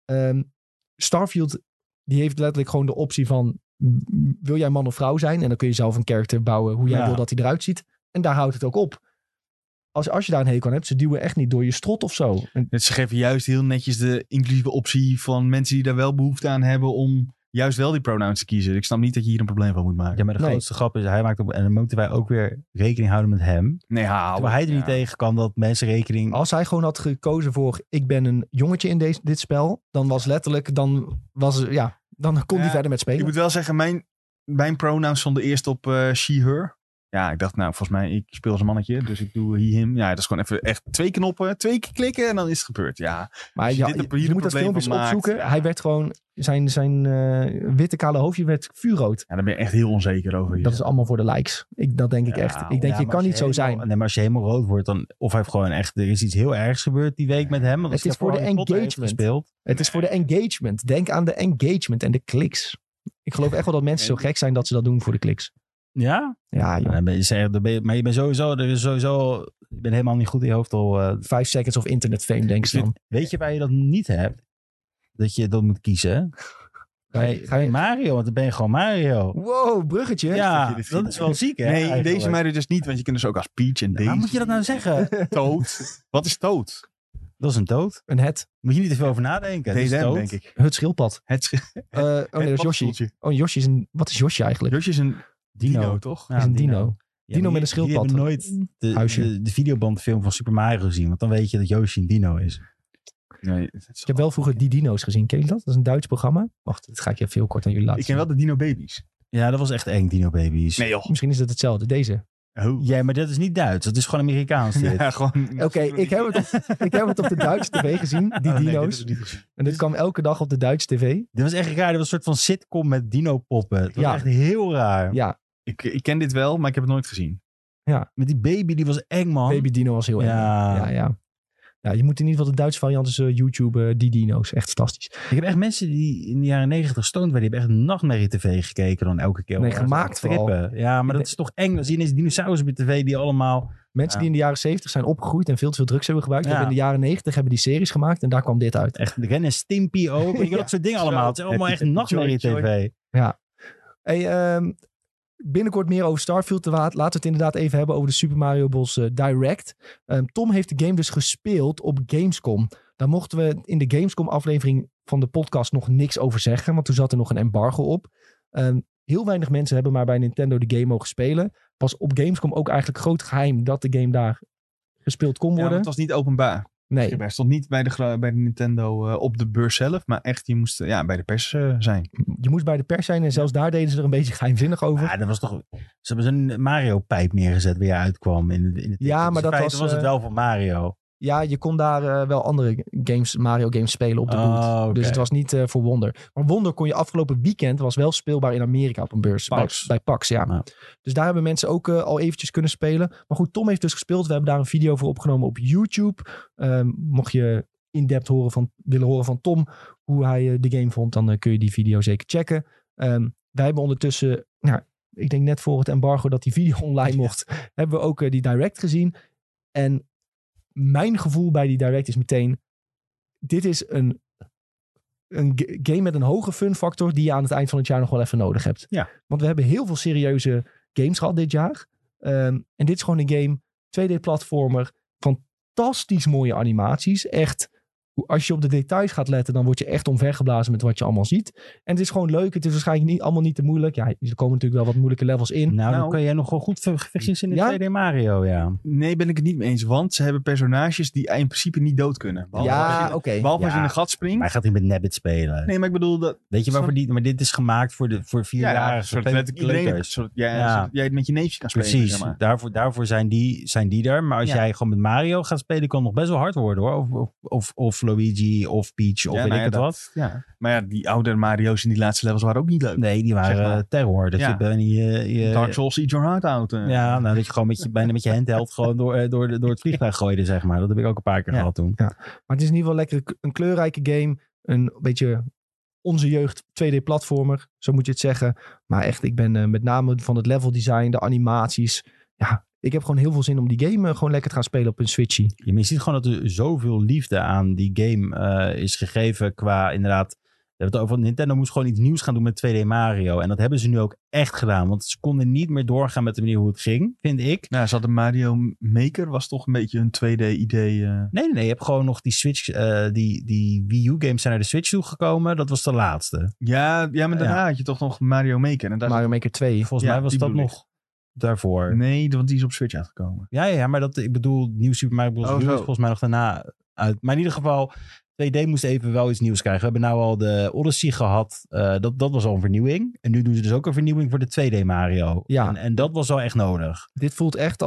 Starfield, die heeft letterlijk gewoon de optie van, wil jij man of vrouw zijn? En dan kun je zelf een karakter bouwen hoe jij wil dat hij eruit ziet. En daar houdt het ook op. Als je daar een hekel aan hebt, ze duwen echt niet door je strot of zo. Ze geven juist heel netjes de inclusieve optie van mensen die daar wel behoefte aan hebben om juist wel die pronouns te kiezen. Ik snap niet dat je hier een probleem van moet maken. Ja, maar de grootste grap is, hij maakt op, en dan moeten wij ook weer rekening houden met hem. Nee, terwijl hij er niet tegen kan dat mensen rekening... Als hij gewoon had gekozen voor, ik ben een jongetje in dit spel, dan was letterlijk, dan kon hij verder met spelen. Ik moet wel zeggen, mijn pronouns stonden eerst op she, her. Ja, ik dacht, nou, volgens mij, ik speel als een mannetje, dus ik doe he, him. Ja, dat is gewoon even echt 2 knoppen, 2 keer klikken en dan is het gebeurd. Ja, maar je moet dat filmpjes opzoeken. Ja. Hij werd gewoon, zijn witte kale hoofdje werd vuurrood. Ja, daar ben je echt heel onzeker over. Dat is allemaal voor de likes. Dat denk ik echt. Ik denk, je kan niet zo zijn. Nee, maar als je helemaal rood wordt, dan, of hij heeft gewoon echt, er is iets heel ergs gebeurd die week met hem. Het is voor de engagement. Het is voor de engagement. Denk aan de engagement en de kliks. Ik geloof echt wel dat mensen zo gek zijn dat ze dat doen voor de kliks. Ja? Ja, joh. Maar je bent sowieso, je bent helemaal niet goed in je hoofd al. 5 seconds of internet fame, denk ik dan. Weet je waar je dat niet hebt? Dat je dat moet kiezen? Ga je Mario, want dan ben je gewoon Mario. Wow, bruggetje. Ja, dat is wel ziek, hè? Nee, in deze Mario dus niet, want je kunt dus ook als Peach en Daisy. Waar moet je dat nou zeggen? Toad. Wat is Toad? Dat is een toad. Een het. Moet je niet te veel over nadenken. Nee, denk ik. Het schildpad. Nee, dat is Yoshi. Oh, Yoshi is een... Wat is Yoshi eigenlijk? Yoshi is een dino toch? Ja, is een dino. Ja, dino met een schildpad. Ik heb nooit de videobandfilm van Super Mario gezien. Want dan weet je dat Yoshi een dino is. Nee, ik heb wel vroeger Die Dino's gezien. Ken je dat? Dat is een Duits programma. Wacht, dat ga ik je veel kort aan jullie laten zien. Ik ken wel de Dino Babies. Ja, dat was echt eng, Dino Babies. Nee joh. Misschien is het hetzelfde. Deze. Oh. Ja, maar dat is niet Duits. Dat is gewoon Amerikaans. Ja, gewoon... Oké, ik heb het op de Duitse tv gezien. Die dino's. En dit kwam elke dag op de Duitse tv. Dit was echt raar. Dit was een soort van sitcom met dino-poppen. Het was echt heel raar. Ja. Ik ken dit wel, maar ik heb het nooit gezien. Ja. Met die baby, die was eng, man. Baby Dino was heel eng. Ja, je moet in ieder geval de Duitse variant is YouTube, Die Dino's. Echt fantastisch. Ik heb echt mensen die in de jaren 90 stoned werden. Die hebben echt nachtmerrie tv gekeken dan elke keer. Nee, gemaakt vooral. Ja, maar dat is toch eng. Dan zie je ineens dinosaurus op de tv die allemaal... Mensen die in de jaren 70 zijn opgegroeid en veel te veel drugs hebben gebruikt. Hebben in de jaren 90 hebben die series gemaakt en daar kwam dit uit. Echt, Ren en Stimpy ook. Je dat soort dingen allemaal. Het is allemaal echt nachtmerrie tv. Ja. Hey, binnenkort meer over Starfield. Laten we het inderdaad even hebben over de Super Mario Bros. Direct. Tom heeft de game dus gespeeld op Gamescom. Daar mochten we in de Gamescom aflevering van de podcast nog niks over zeggen. Want toen zat er nog een embargo op. Heel weinig mensen hebben maar bij Nintendo de game mogen spelen. Was op Gamescom ook eigenlijk groot geheim dat de game daar gespeeld kon worden. Ja, het was niet openbaar. Nee. Hij stond niet bij de Nintendo op de beurs zelf, maar echt, je moest bij de pers zijn. Je moest bij de pers zijn en zelfs daar deden ze er een beetje geheimzinnig over. Ja, dat was toch... Ze hebben zo'n Mario-pijp neergezet waar je uitkwam in het ja, maar dus dat was het wel van Mario. Ja, je kon daar wel andere Mario games spelen op de boot. Okay. Dus het was niet voor Wonder. Maar Wonder kon je afgelopen weekend, was wel speelbaar in Amerika op een beurs. Bij PAX, ja. Dus daar hebben mensen ook al eventjes kunnen spelen. Maar goed, Tom heeft dus gespeeld. We hebben daar een video voor opgenomen op YouTube. Mocht je in-depth willen horen van Tom hoe hij de game vond, dan kun je die video zeker checken. Wij hebben ondertussen, ik denk net voor het embargo dat die video online mocht, hebben we ook die direct gezien. En mijn gevoel bij die direct is meteen, dit is een game met een hoge fun factor die je aan het eind van het jaar nog wel even nodig hebt. Ja. Want we hebben heel veel serieuze games gehad dit jaar. En dit is gewoon een game, 2D-platformer, fantastisch mooie animaties. Echt, als je op de details gaat letten, dan word je echt omvergeblazen met wat je allemaal ziet. En het is gewoon leuk. Het is waarschijnlijk allemaal niet te moeilijk. Ja, er komen natuurlijk wel wat moeilijke levels in. Nou, dan kun jij nog wel goed vergissen in de 2D Mario, ja. Nee, ben ik het niet mee eens. Want ze hebben personages die in principe niet dood kunnen. Behalve als je in een gat springt. Maar hij gaat niet met Nabbit spelen. Nee, maar ik bedoel dat... Weet je waarvoor maar dit is gemaakt voor 4-jarige kleuters. Jij met je neefje kan spelen. Precies, zeg maar. daarvoor zijn die er. Maar als jij gewoon met Mario gaat spelen, kan het nog best wel hard worden, hoor. Of Luigi of Peach of weet ik het wat. Ja. Maar ja, die oude Mario's in die laatste levels waren ook niet leuk. Nee, die waren terror. Dat je bijna je Dark Souls Eat Your Heart Out. Ja, nou dat je gewoon bijna met je handheld gewoon door het vliegtuig gooide, zeg maar. Dat heb ik ook een paar keer gehad toen. Ja. Maar het is in ieder geval lekker een kleurrijke game. Een beetje onze jeugd 2D-platformer, zo moet je het zeggen. Maar echt, ik ben met name van het level design, de animaties. Ja, ik heb gewoon heel veel zin om die game gewoon lekker te gaan spelen op een Switchie. Ja, maar je ziet gewoon dat er zoveel liefde aan die game is gegeven qua inderdaad... We hebben het over, Nintendo moest gewoon iets nieuws gaan doen met 2D Mario. En dat hebben ze nu ook echt gedaan. Want ze konden niet meer doorgaan met de manier hoe het ging, vind ik. Nou, ze hadden Mario Maker, was toch een beetje een 2D-idee. Nee. Je hebt gewoon nog die Switch, die Wii U-games zijn naar de Switch toegekomen. Dat was de laatste. Ja, maar daarna had je toch nog Mario Maker. En daar Mario Maker 2. Volgens mij was dat nog daarvoor. Nee, want die is op Switch uitgekomen. Ja, maar ik bedoel, nieuw Super Mario Bros. U is volgens mij nog daarna uit. Maar in ieder geval... 2D moest even wel iets nieuws krijgen. We hebben nou al de Odyssey gehad. Dat was al een vernieuwing. En nu doen ze dus ook een vernieuwing voor de 2D Mario. Ja. En dat was wel echt nodig. Dit voelt echt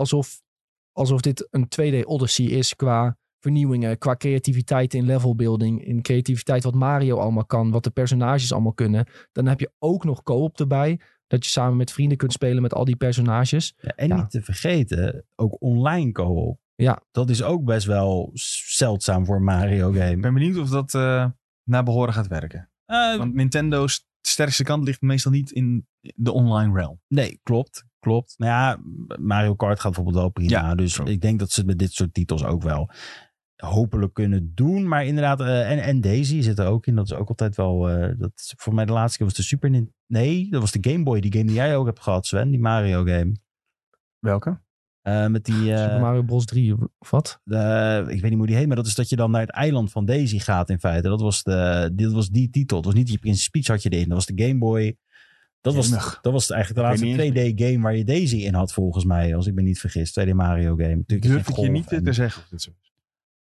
alsof dit een 2D Odyssey is qua vernieuwingen, qua creativiteit in levelbuilding, in creativiteit wat Mario allemaal kan, wat de personages allemaal kunnen. Dan heb je ook nog co-op erbij. Dat je samen met vrienden kunt spelen met al die personages. Ja, en niet te vergeten, ook online co-op. Ja. Dat is ook best wel zeldzaam voor een Mario game. Ik ben benieuwd of dat naar behoren gaat werken. Want Nintendo's sterkste kant ligt meestal niet in de online realm. Nee, klopt. Nou ja, Mario Kart gaat bijvoorbeeld wel prima. Ja, dus ik denk dat ze het met dit soort titels ook wel hopelijk kunnen doen. Maar inderdaad, en Daisy zit er ook in. Dat is ook altijd wel... dat voor mij de laatste keer was de Super Nintendo. Nee, dat was de Game Boy. Die game die jij ook hebt gehad, Sven. Die Mario game. Welke? Met die Super Mario Bros 3 of wat? Ik weet niet hoe die heet, maar dat is dat je dan naar het eiland van Daisy gaat in feite. Dat was die titel. Het was niet die Princess Peach had je erin. Dat was de Game Boy. Dat was eigenlijk de laatste 2D game waar je Daisy in had volgens mij. Als ik me niet vergis. 2D Mario game. Durf ik je niet te zeggen of dit zo is.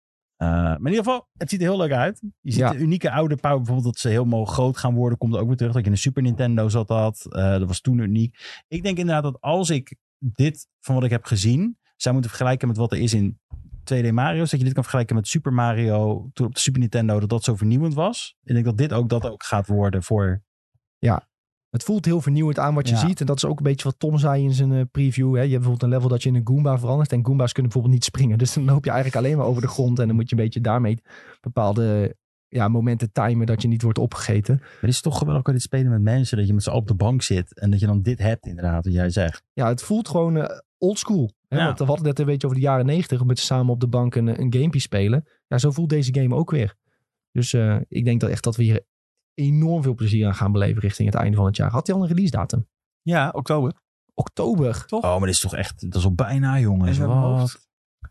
Maar in ieder geval, het ziet er heel leuk uit. Je ziet de unieke oude power, bijvoorbeeld dat ze helemaal groot gaan worden, komt er ook weer terug. Dat je in een Super Nintendo zat had. Dat was toen uniek. Ik denk inderdaad dat als ik dit van wat ik heb gezien zou moeten vergelijken met wat er is in 2D Mario's, dat je dit kan vergelijken met Super Mario toen op de Super Nintendo, dat zo vernieuwend was. Ik denk dat dit ook dat ook gaat worden voor... Ja, het voelt heel vernieuwend aan wat je ziet. En dat is ook een beetje wat Tom zei in zijn preview. Hè. Je hebt bijvoorbeeld een level dat je in een Goomba verandert. En Goomba's kunnen bijvoorbeeld niet springen. Dus dan loop je eigenlijk alleen maar over de grond. En dan moet je een beetje daarmee bepaalde momenten timen dat je niet wordt opgegeten. Maar het is toch geweldig dit spelen met mensen. Dat je met z'n allen op de bank zit. En dat je dan dit hebt inderdaad, wat jij zegt. Ja, het voelt gewoon oldschool. Ja. Want we hadden net een beetje over de jaren 90. Met samen op de bank een gamepje spelen. Ja, zo voelt deze game ook weer. Dus ik denk dat echt dat we hier enorm veel plezier aan gaan beleven richting het einde van het jaar. Had hij al een release datum? Ja, oktober. Oktober? Toch? Oh, maar dit is toch echt... Dat is al bijna, jongens. Wat?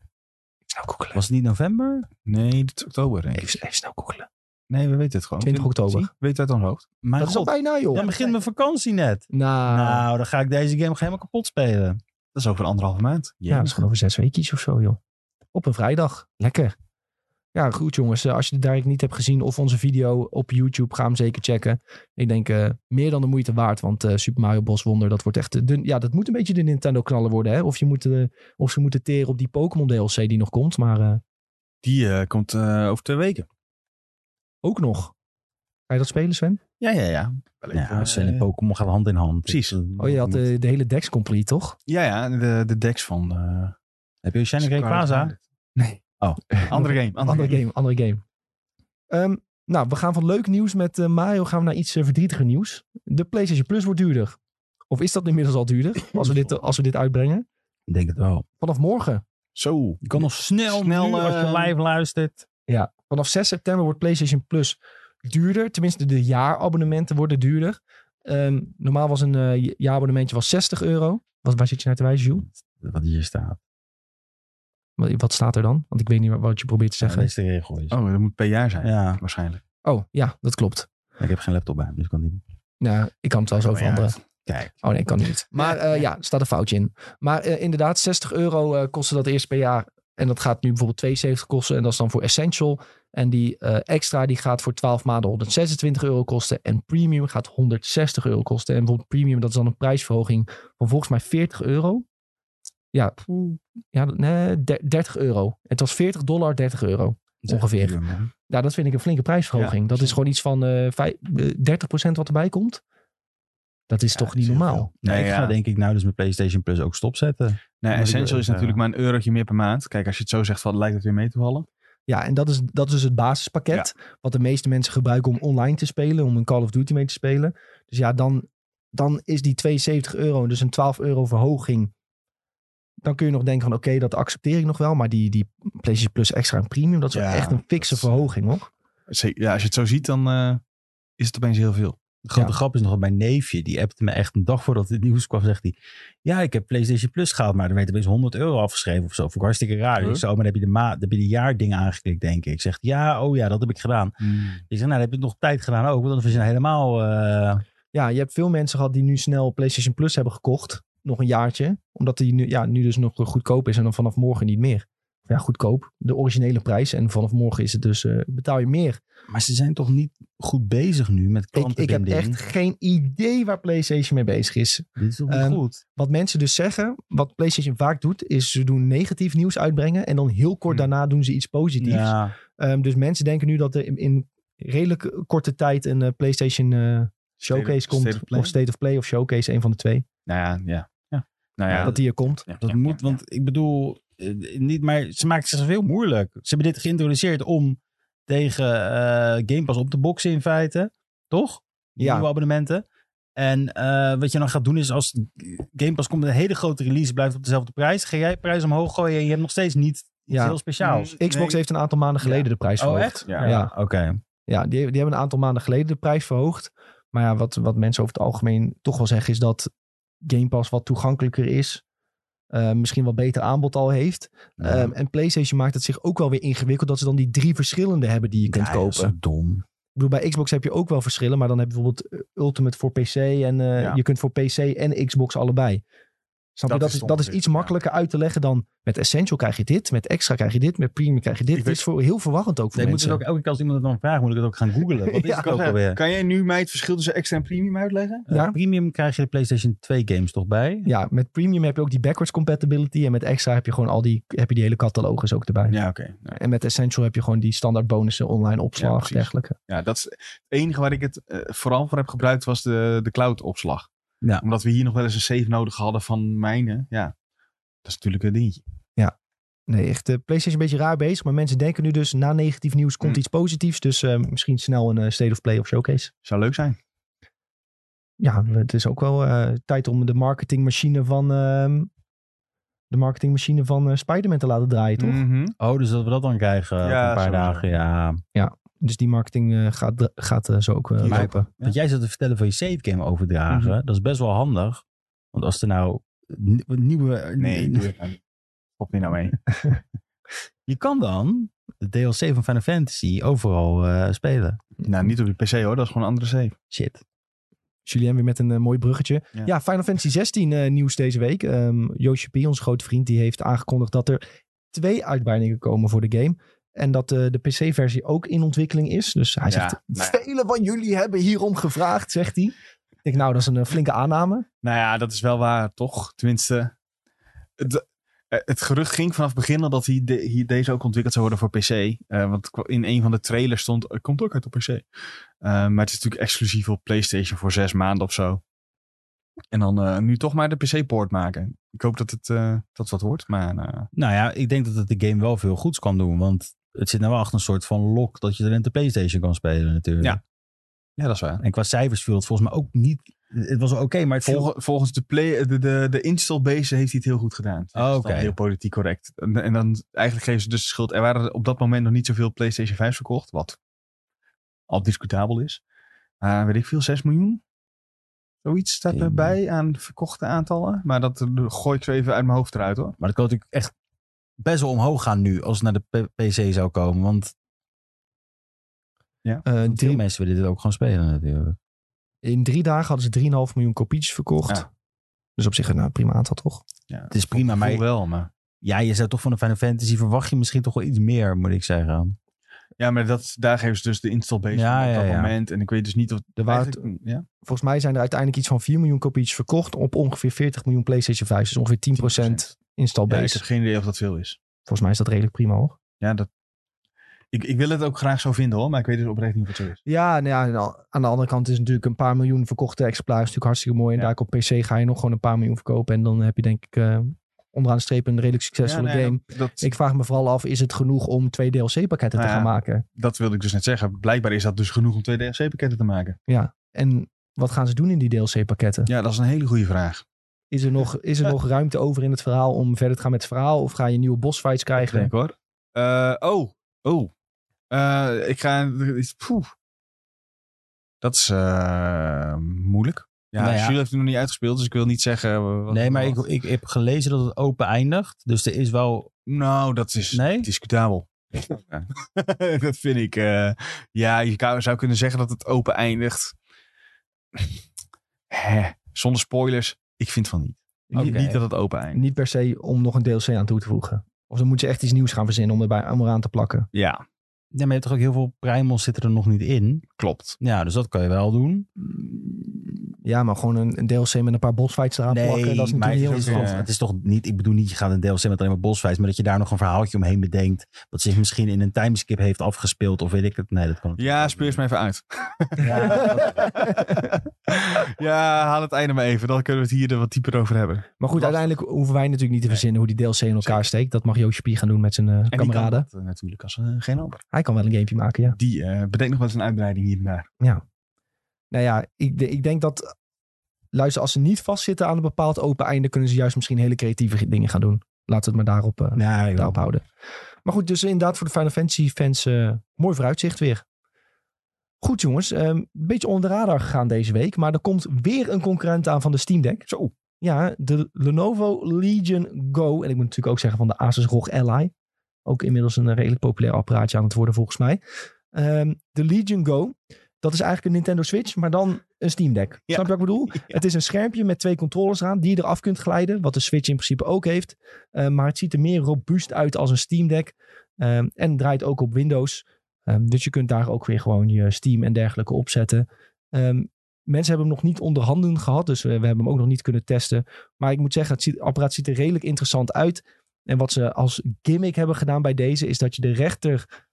Snel googelen. Was het niet november? Nee, dit is oktober. Even snel googelen. Nee, we weten het gewoon. 20 oktober. Zie? Weet uit ons hoofd. Dat is al bijna, joh. Dan begint mijn vakantie net. Nou, dan ga ik deze game helemaal kapot spelen. Dat is over 1,5 maand. Ja, dat is gewoon over 6 weekjes of zo, joh. Op een vrijdag. Lekker. Ja, goed jongens. Als je het direct niet hebt gezien of onze video op YouTube, ga hem zeker checken. Ik denk meer dan de moeite waard, want Super Mario Bros. Wonder, dat wordt echt... dat moet een beetje de Nintendo knallen worden, hè. Of ze moeten teren op die Pokémon DLC die nog komt, maar Die komt over 2 weken. Ook nog. Ga je dat spelen, Sven? Ja. Ja, Sven en Pokémon gaan hand in hand. Precies. Dus, Oh, je had de hele Dex complete, toch? Ja, de decks van... heb je Shining Rayquaza? Nee. Oh. Andere game. Nou, we gaan van leuk nieuws met Mario gaan we naar iets verdrietiger nieuws. De PlayStation Plus wordt duurder. Of is dat inmiddels al duurder, als we dit uitbrengen? Ik denk het wel. Vanaf morgen. Zo. Je kan nog snel nu, als je live luistert. Ja, vanaf 6 september wordt PlayStation Plus duurder. Tenminste, de jaarabonnementen worden duurder. Normaal was een jaarabonnementje €60. Waar zit je naar te wijzen, Jules? Wat hier staat. Wat staat er dan? Want ik weet niet wat je probeert te zeggen. Ja, deze regel is. Oh, dat moet per jaar zijn. Ja. Waarschijnlijk. Oh, ja, dat klopt. Ik heb geen laptop bij me, dus ik kan niet. Nou, ik kan het wel zo veranderen. Kijk. Oh nee, kan niet. Maar er staat een foutje in. Maar inderdaad, €60 kostte dat eerst per jaar. En dat gaat nu bijvoorbeeld €72 kosten. En dat is dan voor Essential. En die extra die gaat voor 12 maanden €126 kosten. En Premium gaat €160 kosten. En bijvoorbeeld Premium, dat is dan een prijsverhoging van volgens mij €40. Ja, nee, €30. Het was $40, €30 ongeveer. Ja, dat vind ik een flinke prijsverhoging. Dat is gewoon iets van 30% wat erbij komt. Dat is toch niet normaal? Nee, ik ga denk ik nou dus mijn PlayStation Plus ook stopzetten. Nee, Essential is natuurlijk maar €1 meer per maand. Kijk, als je het zo zegt, lijkt het weer mee te vallen. Ja, en dat is dus het basispakket. Ja. Wat de meeste mensen gebruiken om online te spelen. Om een Call of Duty mee te spelen. Dus ja, dan is die €72, dus een €12 verhoging. Dan kun je nog denken van oké, dat accepteer ik nog wel. Maar die PlayStation Plus extra en Premium, dat is echt een fikse verhoging, hoor. Ja, als je het zo ziet, dan is het opeens heel veel. De grote grap is nog dat mijn neefje, die appte me echt een dag voordat het nieuws kwam, zegt hij, ja, ik heb PlayStation Plus gehaald, maar er werd opeens €100 afgeschreven of zo. Vond ik hartstikke raar. Ik zei, maar dan heb je de jaardingen aangeklikt, denk ik. Ik zeg, ja, dat heb ik gedaan. Ik zeg, nou, dan heb je het nog op tijd gedaan ook, want dan is het helemaal... Ja, je hebt veel mensen gehad die nu snel PlayStation Plus hebben gekocht. Nog een jaartje. Omdat die nu dus nog goedkoop is en dan vanaf morgen niet meer. Ja, goedkoop. De originele prijs. En vanaf morgen is het dus, betaal je meer. Maar ze zijn toch niet goed bezig nu met klantenbinding? Ik heb echt geen idee waar PlayStation mee bezig is. Dit is toch niet goed? Wat mensen dus zeggen, wat PlayStation vaak doet, is ze doen negatief nieuws uitbrengen. En dan heel kort daarna doen ze iets positiefs. Ja. Dus mensen denken nu dat er in redelijk korte tijd een PlayStation Showcase komt. Of State of Play of Showcase, een van de twee. Nou ja. Dat die er komt. Dat moet, want ik bedoel... niet, maar ze maakt het zich veel moeilijk. Ze hebben dit geïntroduceerd om tegen Game Pass op te boksen in feite. Toch? Nieuwe abonnementen. En wat je dan gaat doen is als Game Pass komt met een hele grote release, blijft op dezelfde prijs. Ga jij prijs omhoog gooien en je hebt nog steeds niet iets heel speciaals. Xbox heeft een aantal maanden geleden de prijs verhoogd. Oh echt? Ja. Oké. Ja, die hebben een aantal maanden geleden de prijs verhoogd. Maar ja, wat mensen over het algemeen toch wel zeggen is dat Game Pass wat toegankelijker is. Misschien wat beter aanbod al heeft. En PlayStation maakt het zich ook wel weer ingewikkeld dat ze dan die 3 verschillende hebben die je kunt kopen. Dat is zo dom. Ik bedoel, bij Xbox heb je ook wel verschillen, maar dan heb je bijvoorbeeld Ultimate voor PC en je kunt voor PC en Xbox allebei. Snap je? Dat is iets makkelijker uit te leggen dan met Essential krijg je dit, met Extra krijg je dit, met Premium krijg je dit. Het is heel verwarrend ook voor mensen. Moet het ook, elke keer als iemand het dan vraagt, moet ik het ook gaan googlen. Wat is het ook alweer? Kan jij nu mij het verschil tussen Extra en Premium uitleggen? Premium krijg je de PlayStation 2 games toch bij? Ja, met Premium heb je ook die backwards compatibility en met Extra heb je gewoon die hele catalogus ook erbij. Ja, oké. En met Essential heb je gewoon die standaard bonussen, online opslag, dergelijke. Ja, dat is het enige waar ik het vooral voor heb gebruikt was de cloud opslag. Ja. Omdat we hier nog wel eens een save nodig hadden van mijne. Ja, dat is natuurlijk een dingetje. Ja, nee, echt PlayStation een beetje raar bezig. Maar mensen denken nu dus, na negatief nieuws komt iets positiefs. Dus misschien snel een State of Play of Showcase. Zou leuk zijn. Ja, het is ook wel tijd om de marketingmachine van Spider-Man te laten draaien, toch? Mm-hmm. Oh, dus dat we dat dan krijgen een paar dagen, Ja, dus die marketing gaat zo ook lopen. Wat jij zat te vertellen van je save game overdragen, dat is best wel handig. Want als er nou nieuwe... Nee, doe het nou. Stop hier nou mee. Je kan dan de DLC van Final Fantasy overal spelen. Nou, niet op je PC hoor, dat is gewoon een andere save. Shit. Julien weer met een mooi bruggetje. Ja, Final Fantasy 16 nieuws deze week. Yoshi P, onze grote vriend, die heeft aangekondigd dat er 2 uitbreidingen komen voor de game. En dat de PC-versie ook in ontwikkeling is. Dus hij zegt, velen van jullie hebben hierom gevraagd, zegt hij. Ik denk, nou, dat is een flinke aanname. Nou ja, dat is wel waar, toch? Tenminste, Het gerucht ging vanaf het begin al dat deze ook ontwikkeld zou worden voor PC. Want in een van de trailers stond, komt ook uit op PC. Maar het is natuurlijk exclusief op PlayStation voor 6 maanden of zo. En dan nu toch maar de PC-poort maken. Ik hoop dat het wat wordt. Maar, Nou ja, ik denk dat het de game wel veel goeds kan doen. Want het zit nou wel achter een soort van lock dat je er in de PlayStation kan spelen natuurlijk. Ja, dat is waar. En qua cijfers viel het volgens mij ook niet... Het was wel oké, maar het viel... Volgens de install base heeft hij het heel goed gedaan. Oh, oké. Heel politiek correct. En dan eigenlijk geven ze dus de schuld. Er waren op dat moment nog niet zoveel PlayStation 5 verkocht. Wat al discutabel is. Weet ik veel, 6 miljoen? Zoiets staat erbij aan verkochte aantallen. Maar dat gooi ik zo even uit mijn hoofd eruit hoor. Maar dat kan natuurlijk echt best wel omhoog gaan nu als het naar de PC zou komen. Want veel mensen willen dit ook gewoon spelen natuurlijk. In 3 dagen hadden ze 3,5 miljoen kopietjes verkocht. Ja. Dus op zich een prima aantal toch? Ja, het is prima, maar ja, je zou toch van de Final Fantasy verwacht je misschien toch wel iets meer, moet ik zeggen. Ja, maar daar geven ze dus de install base op dat moment. En ik weet dus niet of... Volgens mij zijn er uiteindelijk iets van 4 miljoen kopietjes verkocht op ongeveer 40 miljoen PlayStation 5. Dus ongeveer 10% install base. Ja, ik heb geen idee of dat veel is. Volgens mij is dat redelijk prima hoor. Ja, ik wil het ook graag zo vinden hoor, maar ik weet dus oprecht niet of het zo is. Ja, aan de andere kant is natuurlijk een paar miljoen verkochte exemplaren natuurlijk hartstikke mooi. En daar op PC ga je nog gewoon een paar miljoen verkopen. En dan heb je denk ik onderaan de streep een redelijk succesvolle game. Ik vraag me vooral af, is het genoeg om 2 DLC-pakketten te gaan maken? Dat wilde ik dus net zeggen. Blijkbaar is dat dus genoeg om 2 DLC-pakketten te maken. Ja, en wat gaan ze doen in die DLC-pakketten? Ja, dat is een hele goede vraag. Is er nog ruimte over in het verhaal om verder te gaan met het verhaal? Of ga je nieuwe bossfights krijgen? Denk hoor. Ik ga... Dat is moeilijk. Ja, Jules heeft het nog niet uitgespeeld, dus ik wil niet zeggen... maar ik heb gelezen dat het open eindigt. Dus er is wel... Nou, dat is discutabel. Dat vind ik... je zou kunnen zeggen dat het open eindigt. Zonder spoilers, ik vind van niet. Niet dat het open eindigt. Niet per se om nog een DLC aan toe te voegen. Of dan moeten ze echt iets nieuws gaan verzinnen om eraan te plakken. Ja. Ja, maar je hebt toch ook heel veel primals zitten er nog niet in. Klopt. Ja, dus dat kan je wel doen. Ja, maar gewoon een DLC met een paar bossfights eraan plakken, dat is natuurlijk heel interessant. Het is toch niet, ik bedoel niet, je gaat een DLC met alleen maar bossfights, maar dat je daar nog een verhaaltje omheen bedenkt, wat zich misschien in een timeskip heeft afgespeeld, of weet ik het. Nee, dat kan. Ja, speur eens me even uit. Ja, haal het einde maar even, dan kunnen we het hier wat dieper over hebben. Maar goed, uiteindelijk hoeven wij natuurlijk niet te verzinnen hoe die DLC in elkaar steekt. Dat mag Joosje Pie gaan doen met zijn kameraden. En die kan dat natuurlijk als geen ander. Hij kan wel een gamepje maken, ja. Die bedenkt nog wel eens een uitbreiding hier en daar. Ja. Nou ja, ik denk dat... Luister, als ze niet vastzitten aan een bepaald open einde, kunnen ze juist misschien hele creatieve dingen gaan doen. Laten we het maar daarop houden. Maar goed, dus inderdaad voor de Final Fantasy fans mooi vooruitzicht weer. Goed jongens, een beetje onder de radar gegaan deze week. Maar er komt weer een concurrent aan van de Steam Deck. Zo. Ja, de Lenovo Legion Go. En ik moet natuurlijk ook zeggen van de Asus ROG Ally. Ook inmiddels een redelijk populair apparaatje aan het worden volgens mij. De Legion Go. Dat is eigenlijk een Nintendo Switch, maar dan een Steam Deck. Ja. Snap je wat ik bedoel? Ja. Het is een schermpje met 2 controllers aan die je eraf kunt glijden. Wat de Switch in principe ook heeft. Maar het ziet er meer robuust uit als een Steam Deck. En draait ook op Windows. Dus je kunt daar ook weer gewoon je Steam en dergelijke opzetten. Mensen hebben hem nog niet onder handen gehad. Dus we hebben hem ook nog niet kunnen testen. Maar ik moet zeggen, het apparaat ziet er redelijk interessant uit. En wat ze als gimmick hebben gedaan bij deze is dat je de rechter...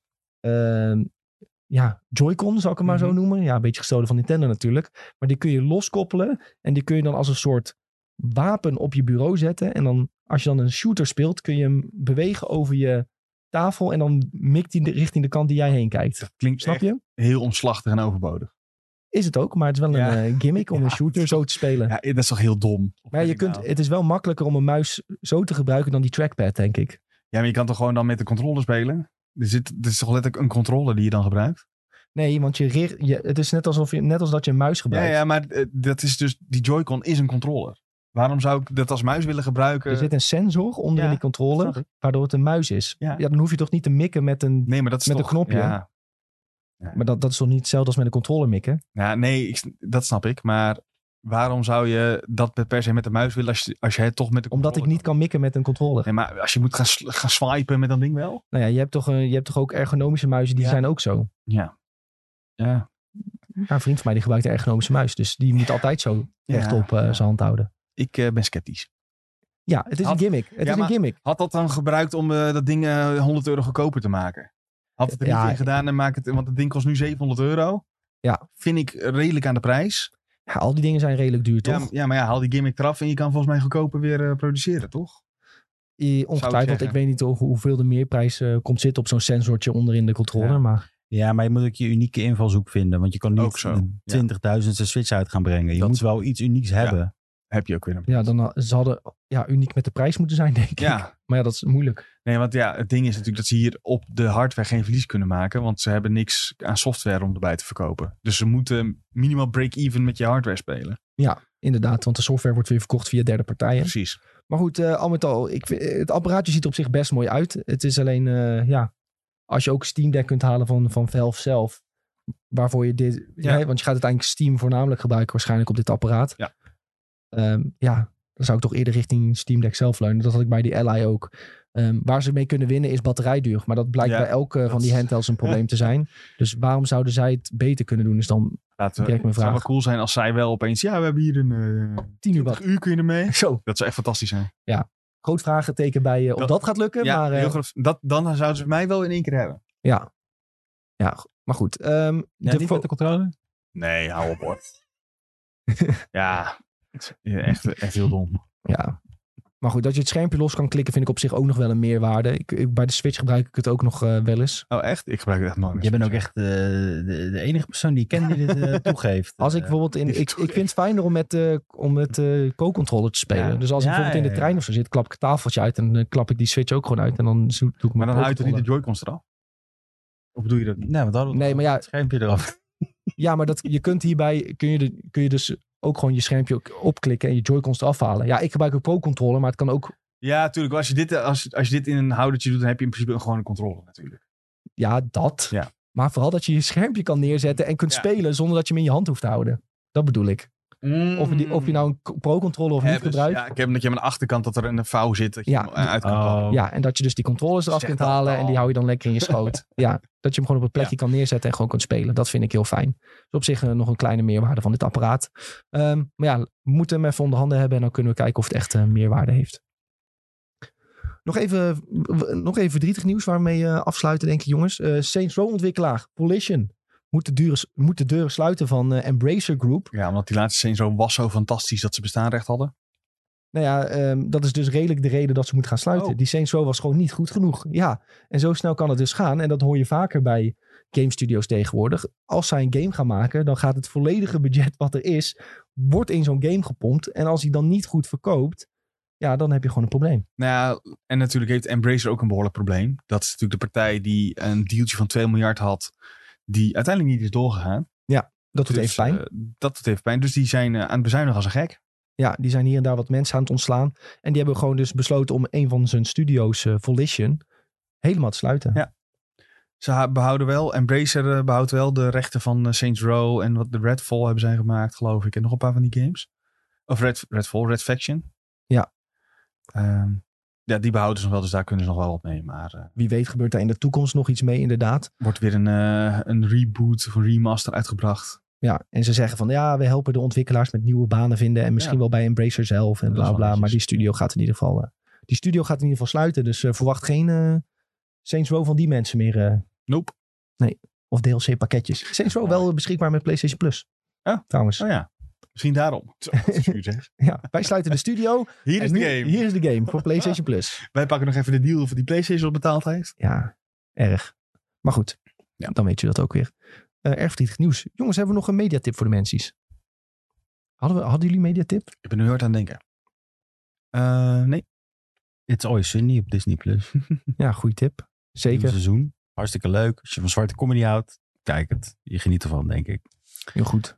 Joy-Con, zal ik hem maar zo noemen. Ja, een beetje gestolen van Nintendo natuurlijk. Maar die kun je loskoppelen. En die kun je dan als een soort wapen op je bureau zetten. En dan, als je dan een shooter speelt, kun je hem bewegen over je tafel. En dan mikt hij richting de kant die jij heen kijkt. Dat klinkt Snap je? Heel omslachtig en overbodig. Is het ook, maar het is wel een gimmick om een shooter zo te spelen. Ja, dat is toch heel dom. Maar het is wel makkelijker om een muis zo te gebruiken dan die trackpad, denk ik. Ja, maar je kan toch gewoon dan met de controller spelen? Er is toch letterlijk een controller die je dan gebruikt? Nee, want het is net als dat je een muis gebruikt. Ja, maar dat is dus, die Joy-Con is een controller. Waarom zou ik dat als muis willen gebruiken? Er zit een sensor onder in die controller, waardoor het een muis is. Ja, dan hoef je toch niet te mikken met een knopje. Ja. Maar dat is toch niet hetzelfde als met een controller mikken? Ja, nee, dat snap ik. Maar waarom zou je dat per se met de muis willen als je het toch met de controller... Omdat ik niet kan mikken met een controller. Nee, maar als je moet gaan swipen met dat ding wel? Nou ja, je hebt toch ook ergonomische muizen, die zijn ook zo. Ja. Een vriend van mij die gebruikt de ergonomische muis. Dus die moet altijd zo rechtop zijn hand houden. Ik ben sceptisch. Ja, het is een gimmick. Het is een gimmick. Had dat dan gebruikt om dat ding €100 goedkoper te maken? Had het er niet in gedaan en maak het... Want het ding kost nu €700. Ja. Vind ik redelijk aan de prijs. Ja, al die dingen zijn redelijk duur, toch? Ja, maar haal die gimmick eraf en je kan volgens mij goedkoper weer produceren, toch? Ongetwijfeld. Ik weet niet hoeveel de meerprijs komt zitten op zo'n sensortje onderin de controller. Ja. Maar ja, maar je moet ook je unieke invalshoek vinden. Want je kan niet de 20.000ste Switch uit gaan brengen. Je moet wel iets unieks hebben. Heb je ook weer. Ja, dan ze hadden uniek met de prijs moeten zijn, denk ik. Maar ja, dat is moeilijk. Nee, want het ding is natuurlijk dat ze hier op de hardware geen verlies kunnen maken. Want ze hebben niks aan software om erbij te verkopen. Dus ze moeten minimaal break-even met je hardware spelen. Ja, inderdaad. Want de software wordt weer verkocht via derde partijen. Precies. Maar goed, al met al, het apparaatje ziet er op zich best mooi uit. Het is alleen, als je ook Steam Deck kunt halen van Valve zelf. Waarvoor je dit... Ja. Want je gaat uiteindelijk Steam voornamelijk gebruiken waarschijnlijk op dit apparaat. Ja. Dan zou ik toch eerder richting Steam Deck zelf leunen. Dat had ik bij die Ally ook. Waar ze mee kunnen winnen is batterijduur. Maar dat blijkt bij elke van die handhelds een probleem te zijn. Dus waarom zouden zij het beter kunnen doen? Is dan direct mijn vraag. Het zou wel cool zijn als zij wel opeens... Ja, we hebben hier een 10 uur kun je ermee. Zo. Dat zou echt fantastisch zijn. Ja. Groot vraagteken bij of dat gaat lukken. Ja, maar, heel groot, dan zouden ze mij wel in één keer hebben. Ja. Ja, maar goed. Niet met de controller? Nee, hou op hoor. Ja, echt heel dom. Ja. Maar goed, dat je het schermpje los kan klikken vind ik op zich ook nog wel een meerwaarde. Bij de Switch gebruik ik het ook nog wel eens. Oh echt? Ik gebruik het echt nooit. Je bent ook echt de enige persoon die ik ken die dit toegeeft. Als ik bijvoorbeeld ik vind het fijner om met co-controller te spelen. Ja. Dus als ik bijvoorbeeld in de trein of zo zit, klap ik het tafeltje uit en dan klap ik die Switch ook gewoon uit. En dan doe ik maar dan haal je toch niet de Joy-Cons eraf? Of doe je dat niet? Nee, want dan maar ja, het schermpje eraf. Ja, maar je kunt hierbij kun je dus ook gewoon je schermpje opklikken en je Joy-Cons eraf halen. Ja, ik gebruik een Pro-controller, maar het kan ook... Ja, natuurlijk. Als je dit in een houdertje doet, dan heb je in principe gewoon een controller natuurlijk. Ja, dat. Ja. Maar vooral dat je je schermpje kan neerzetten en kunt spelen zonder dat je hem in je hand hoeft te houden. Dat bedoel ik. Of je nou een Pro-controller of niet gebruikt. Ja, ik heb dat je aan de achterkant dat er een vouw zit dat je uit kan klappen. Ja, en dat je dus die controllers eraf kunt halen en die hou je dan lekker in je schoot. Ja, dat je hem gewoon op een plekje kan neerzetten en gewoon kunt spelen. Dat vind ik heel fijn. Dus op zich nog een kleine meerwaarde van dit apparaat. Maar ja, we moeten hem even onder handen hebben en dan kunnen we kijken of het echt meerwaarde heeft. Nog even verdrietig nieuws waarmee afsluiten denk ik jongens. Saints Row ontwikkelaar Volition moet de deuren sluiten van Embracer Group. Ja, omdat die laatste Saints Row was zo fantastisch dat ze bestaanrecht hadden. Nou ja, dat is dus redelijk de reden dat ze moeten gaan sluiten. Die Saints Row was gewoon niet goed genoeg. Ja, en zo snel kan het dus gaan. En dat hoor je vaker bij game studios tegenwoordig. Als zij een game gaan maken, dan gaat het volledige budget wat er is, wordt in zo'n game gepompt. En als hij dan niet goed verkoopt, ja, dan heb je gewoon een probleem. Nou ja, en natuurlijk heeft Embracer ook een behoorlijk probleem. Dat is natuurlijk de partij die een dealtje van 2 miljard had, die uiteindelijk niet is doorgegaan. Ja, dat doet even pijn. Dat doet even pijn. Dus die zijn aan het bezuinigen als een gek. Ja, die zijn hier en daar wat mensen aan het ontslaan. En die hebben gewoon dus besloten om een van zijn studio's, Volition, helemaal te sluiten. Ja. Ze behouden wel, Embracer behoudt wel de rechten van Saints Row en wat de Redfall hebben zij gemaakt, geloof ik. En nog een paar van die games. Of Red Faction. Ja. Ja, die behouden ze nog wel, dus daar kunnen ze nog wel wat mee. Maar wie weet gebeurt daar in de toekomst nog iets mee, inderdaad. Wordt weer een reboot of een remaster uitgebracht. Ja, en ze zeggen van ja, we helpen de ontwikkelaars met nieuwe banen vinden en misschien wel bij Embracer zelf en bla bla. Maar die studio gaat in ieder geval sluiten. Dus verwacht geen Saints Row van die mensen meer. Nope. Nee, of DLC pakketjes. Saints Row wel beschikbaar met PlayStation Plus. Ja, trouwens. Oh ja. Misschien daarom. Ja, wij sluiten de studio. Hier is de game voor PlayStation Plus. Wij pakken nog even de deal voor die PlayStation betaald heeft. Ja, erg. Maar goed, dan weet je dat ook weer. Erg verdrietig nieuws. Jongens, hebben we nog een mediatip voor de mensies? Hadden jullie een mediatip? Ik ben nu hard aan het denken. Nee. It's Always Sunny op Disney Plus. Ja, goede tip. Zeker. Nieuw seizoen. Hartstikke leuk. Als je van zwarte comedy houdt, kijk het. Je geniet ervan, denk ik. Heel goed.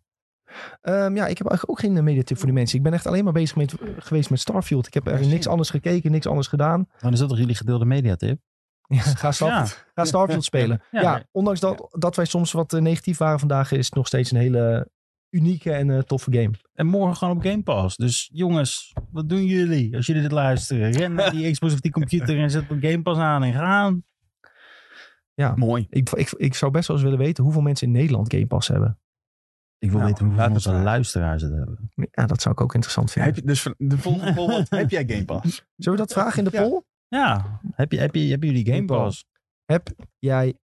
Ja, ik heb eigenlijk ook geen mediatip voor die mensen. Ik ben echt alleen maar bezig geweest met Starfield. Ik heb er niks anders gekeken, niks anders gedaan. Dan is dat toch jullie gedeelde mediatip? Ja, ga Starfield spelen. Ja, ondanks dat wij soms wat negatief waren vandaag, is het nog steeds een hele unieke en toffe game. En morgen gewoon op Game Pass. Dus jongens, wat doen jullie als jullie dit luisteren? Ren naar die Xbox of die computer en zet op Game Pass aan en gaan. Ja, mooi. Ik zou best wel eens willen weten hoeveel mensen in Nederland Game Pass hebben. Ik wil weten hoeveel laten onze we het luisteraars het hebben. Ja, dat zou ik ook interessant vinden. Heb je, dus de volgende poll, heb jij Game Pass? Zullen we dat vragen in de poll? Ja, hebben jullie Game Pass? Heb jij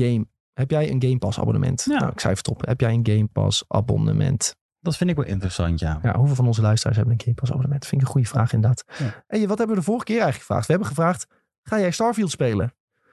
een Game Pass abonnement? Ja. Nou, ik schrijf het op. Heb jij een Game Pass abonnement? Dat vind ik wel interessant, ja. Ja, hoeveel van onze luisteraars hebben een Game Pass abonnement? Dat vind ik een goede vraag inderdaad. Ja. En wat hebben we de vorige keer eigenlijk gevraagd? We hebben gevraagd, ga jij Starfield spelen?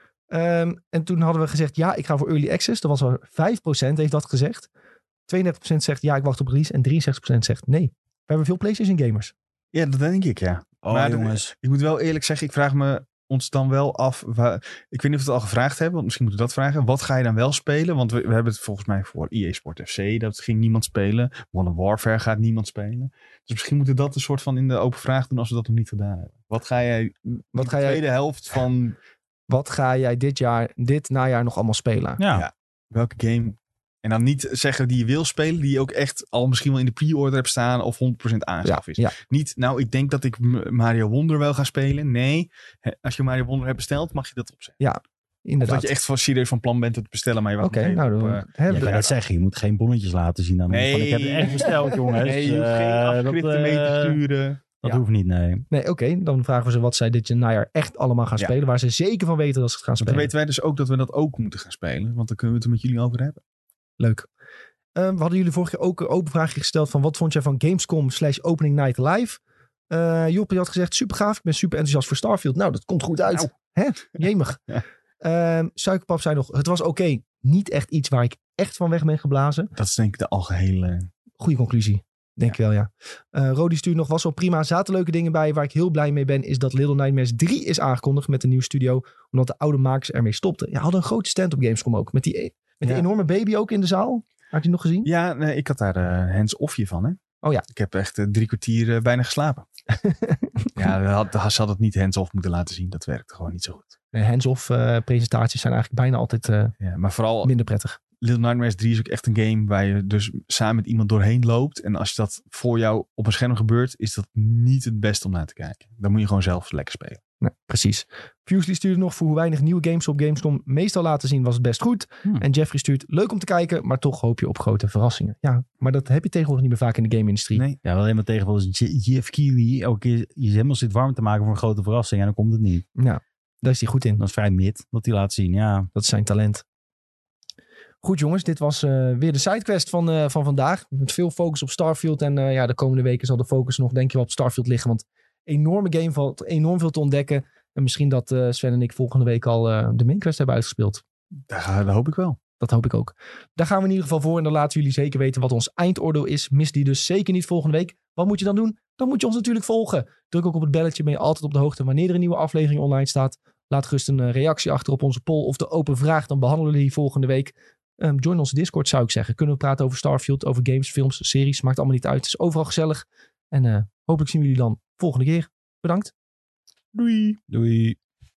En toen hadden we gezegd, ja, ik ga voor Early Access. Dat was al 5% heeft dat gezegd. 32% zegt, ja, ik wacht op release. En 63% zegt, nee. We hebben veel PlayStation gamers. Ja, dat denk ik, ja. Oh, maar jongens. Ik moet wel eerlijk zeggen, ik vraag me ons dan wel af. Ik weet niet of we het al gevraagd hebben, want misschien moeten we dat vragen. Wat ga je dan wel spelen? Want we hebben het volgens mij voor EA Sport FC. Dat ging niemand spelen. Modern Warfare gaat niemand spelen. Dus misschien moeten we dat een soort van in de open vraag doen als we dat nog niet gedaan hebben. Wat ga jij de tweede helft van... Wat ga jij dit najaar nog allemaal spelen? Ja. Welke game? En dan niet zeggen die je wil spelen, die je ook echt al misschien wel in de pre-order hebt staan of 100% aanschaf is. Ja. Niet, nou, ik denk dat ik Mario Wonder wel ga spelen. Nee, als je Mario Wonder hebt besteld, mag je dat opzetten. Ja, Of inderdaad. dat je echt van serieus van plan bent het te bestellen, maar je wacht Oké, nog even nou, op, Je kan dat zeggen. Je moet geen bonnetjes laten zien aan Nee. van, ik heb het echt besteld, jongens. Nee, je hoeft geen afschriften mee te sturen. Dat Ja. hoeft niet, nee. Nee, oké. Dan vragen we ze wat zij dit najaar echt allemaal gaan Ja. spelen. Waar ze zeker van weten dat ze het gaan Want dan spelen. weten wij dus ook dat we dat ook moeten gaan spelen. Want dan kunnen we het er met jullie over hebben. Leuk. We hadden jullie vorige keer ook een open vraagje gesteld van wat vond jij van Gamescom /Opening Night Live? Joppie had gezegd super gaaf. Ik ben super enthousiast voor Starfield. Nou, dat komt goed uit. Nou. Hè? Jemig. Ja. Suikerpap zei nog, het was oké. Niet echt iets waar ik echt van weg ben geblazen. Dat is denk ik de algehele... Goeie conclusie. Denk ik wel, ja. Rodi stuurt nog, was wel prima. Zaten leuke dingen bij. Waar ik heel blij mee ben, is dat Little Nightmares 3 is aangekondigd met een nieuw studio. Omdat de oude makers ermee stopten. Ja, hadden een grote stand op Gamescom ook. Met die enorme baby ook in de zaal. Had je die nog gezien? Ja, nee, ik had daar hands-offje van, hè. Oh ja. Ik heb echt 3 kwartier bijna geslapen. Ja, ze had het niet hands-off moeten laten zien. Dat werkte gewoon niet zo goed. Hands-off presentaties zijn eigenlijk bijna altijd Ja, maar vooral minder prettig. Little Nightmares 3 is ook echt een game waar je dus samen met iemand doorheen loopt. En als dat voor jou op een scherm gebeurt, is dat niet het beste om naar te kijken. Dan moet je gewoon zelf lekker spelen. Nee, precies. Fusely stuurde nog voor hoe weinig nieuwe games op Gamescom meestal laten zien was het best goed. En Jeffrey stuurt leuk om te kijken, maar toch hoop je op grote verrassingen. Ja, maar dat heb je tegenwoordig niet meer vaak in de game-industrie. Nee. Ja, wel helemaal tegenwoordig is Jeff Keighley elke keer je helemaal zit warm te maken voor een grote verrassing en dan komt het niet. Ja, daar is hij goed in. Dat is vrij mid wat hij laat zien, ja. Dat is zijn talent. Goed jongens, dit was weer de sidequest van vandaag. Met veel focus op Starfield. En de komende weken zal de focus nog denk je wel op Starfield liggen. Want enorme game valt enorm veel te ontdekken. En misschien dat Sven en ik volgende week al de main quest hebben uitgespeeld. Daar hoop ik wel. Dat hoop ik ook. Daar gaan we in ieder geval voor. En dan laten jullie zeker weten wat ons eindoordeel is. Mis die dus zeker niet volgende week. Wat moet je dan doen? Dan moet je ons natuurlijk volgen. Druk ook op het belletje. Ben je altijd op de hoogte wanneer er een nieuwe aflevering online staat. Laat gerust een reactie achter op onze poll of de open vraag. Dan behandelen we die volgende week. Join onze Discord zou ik zeggen. Kunnen we praten over Starfield, over games, films, series. Maakt allemaal niet uit. Het is overal gezellig. En hopelijk zien we jullie dan volgende keer. Bedankt. Doei. Doei.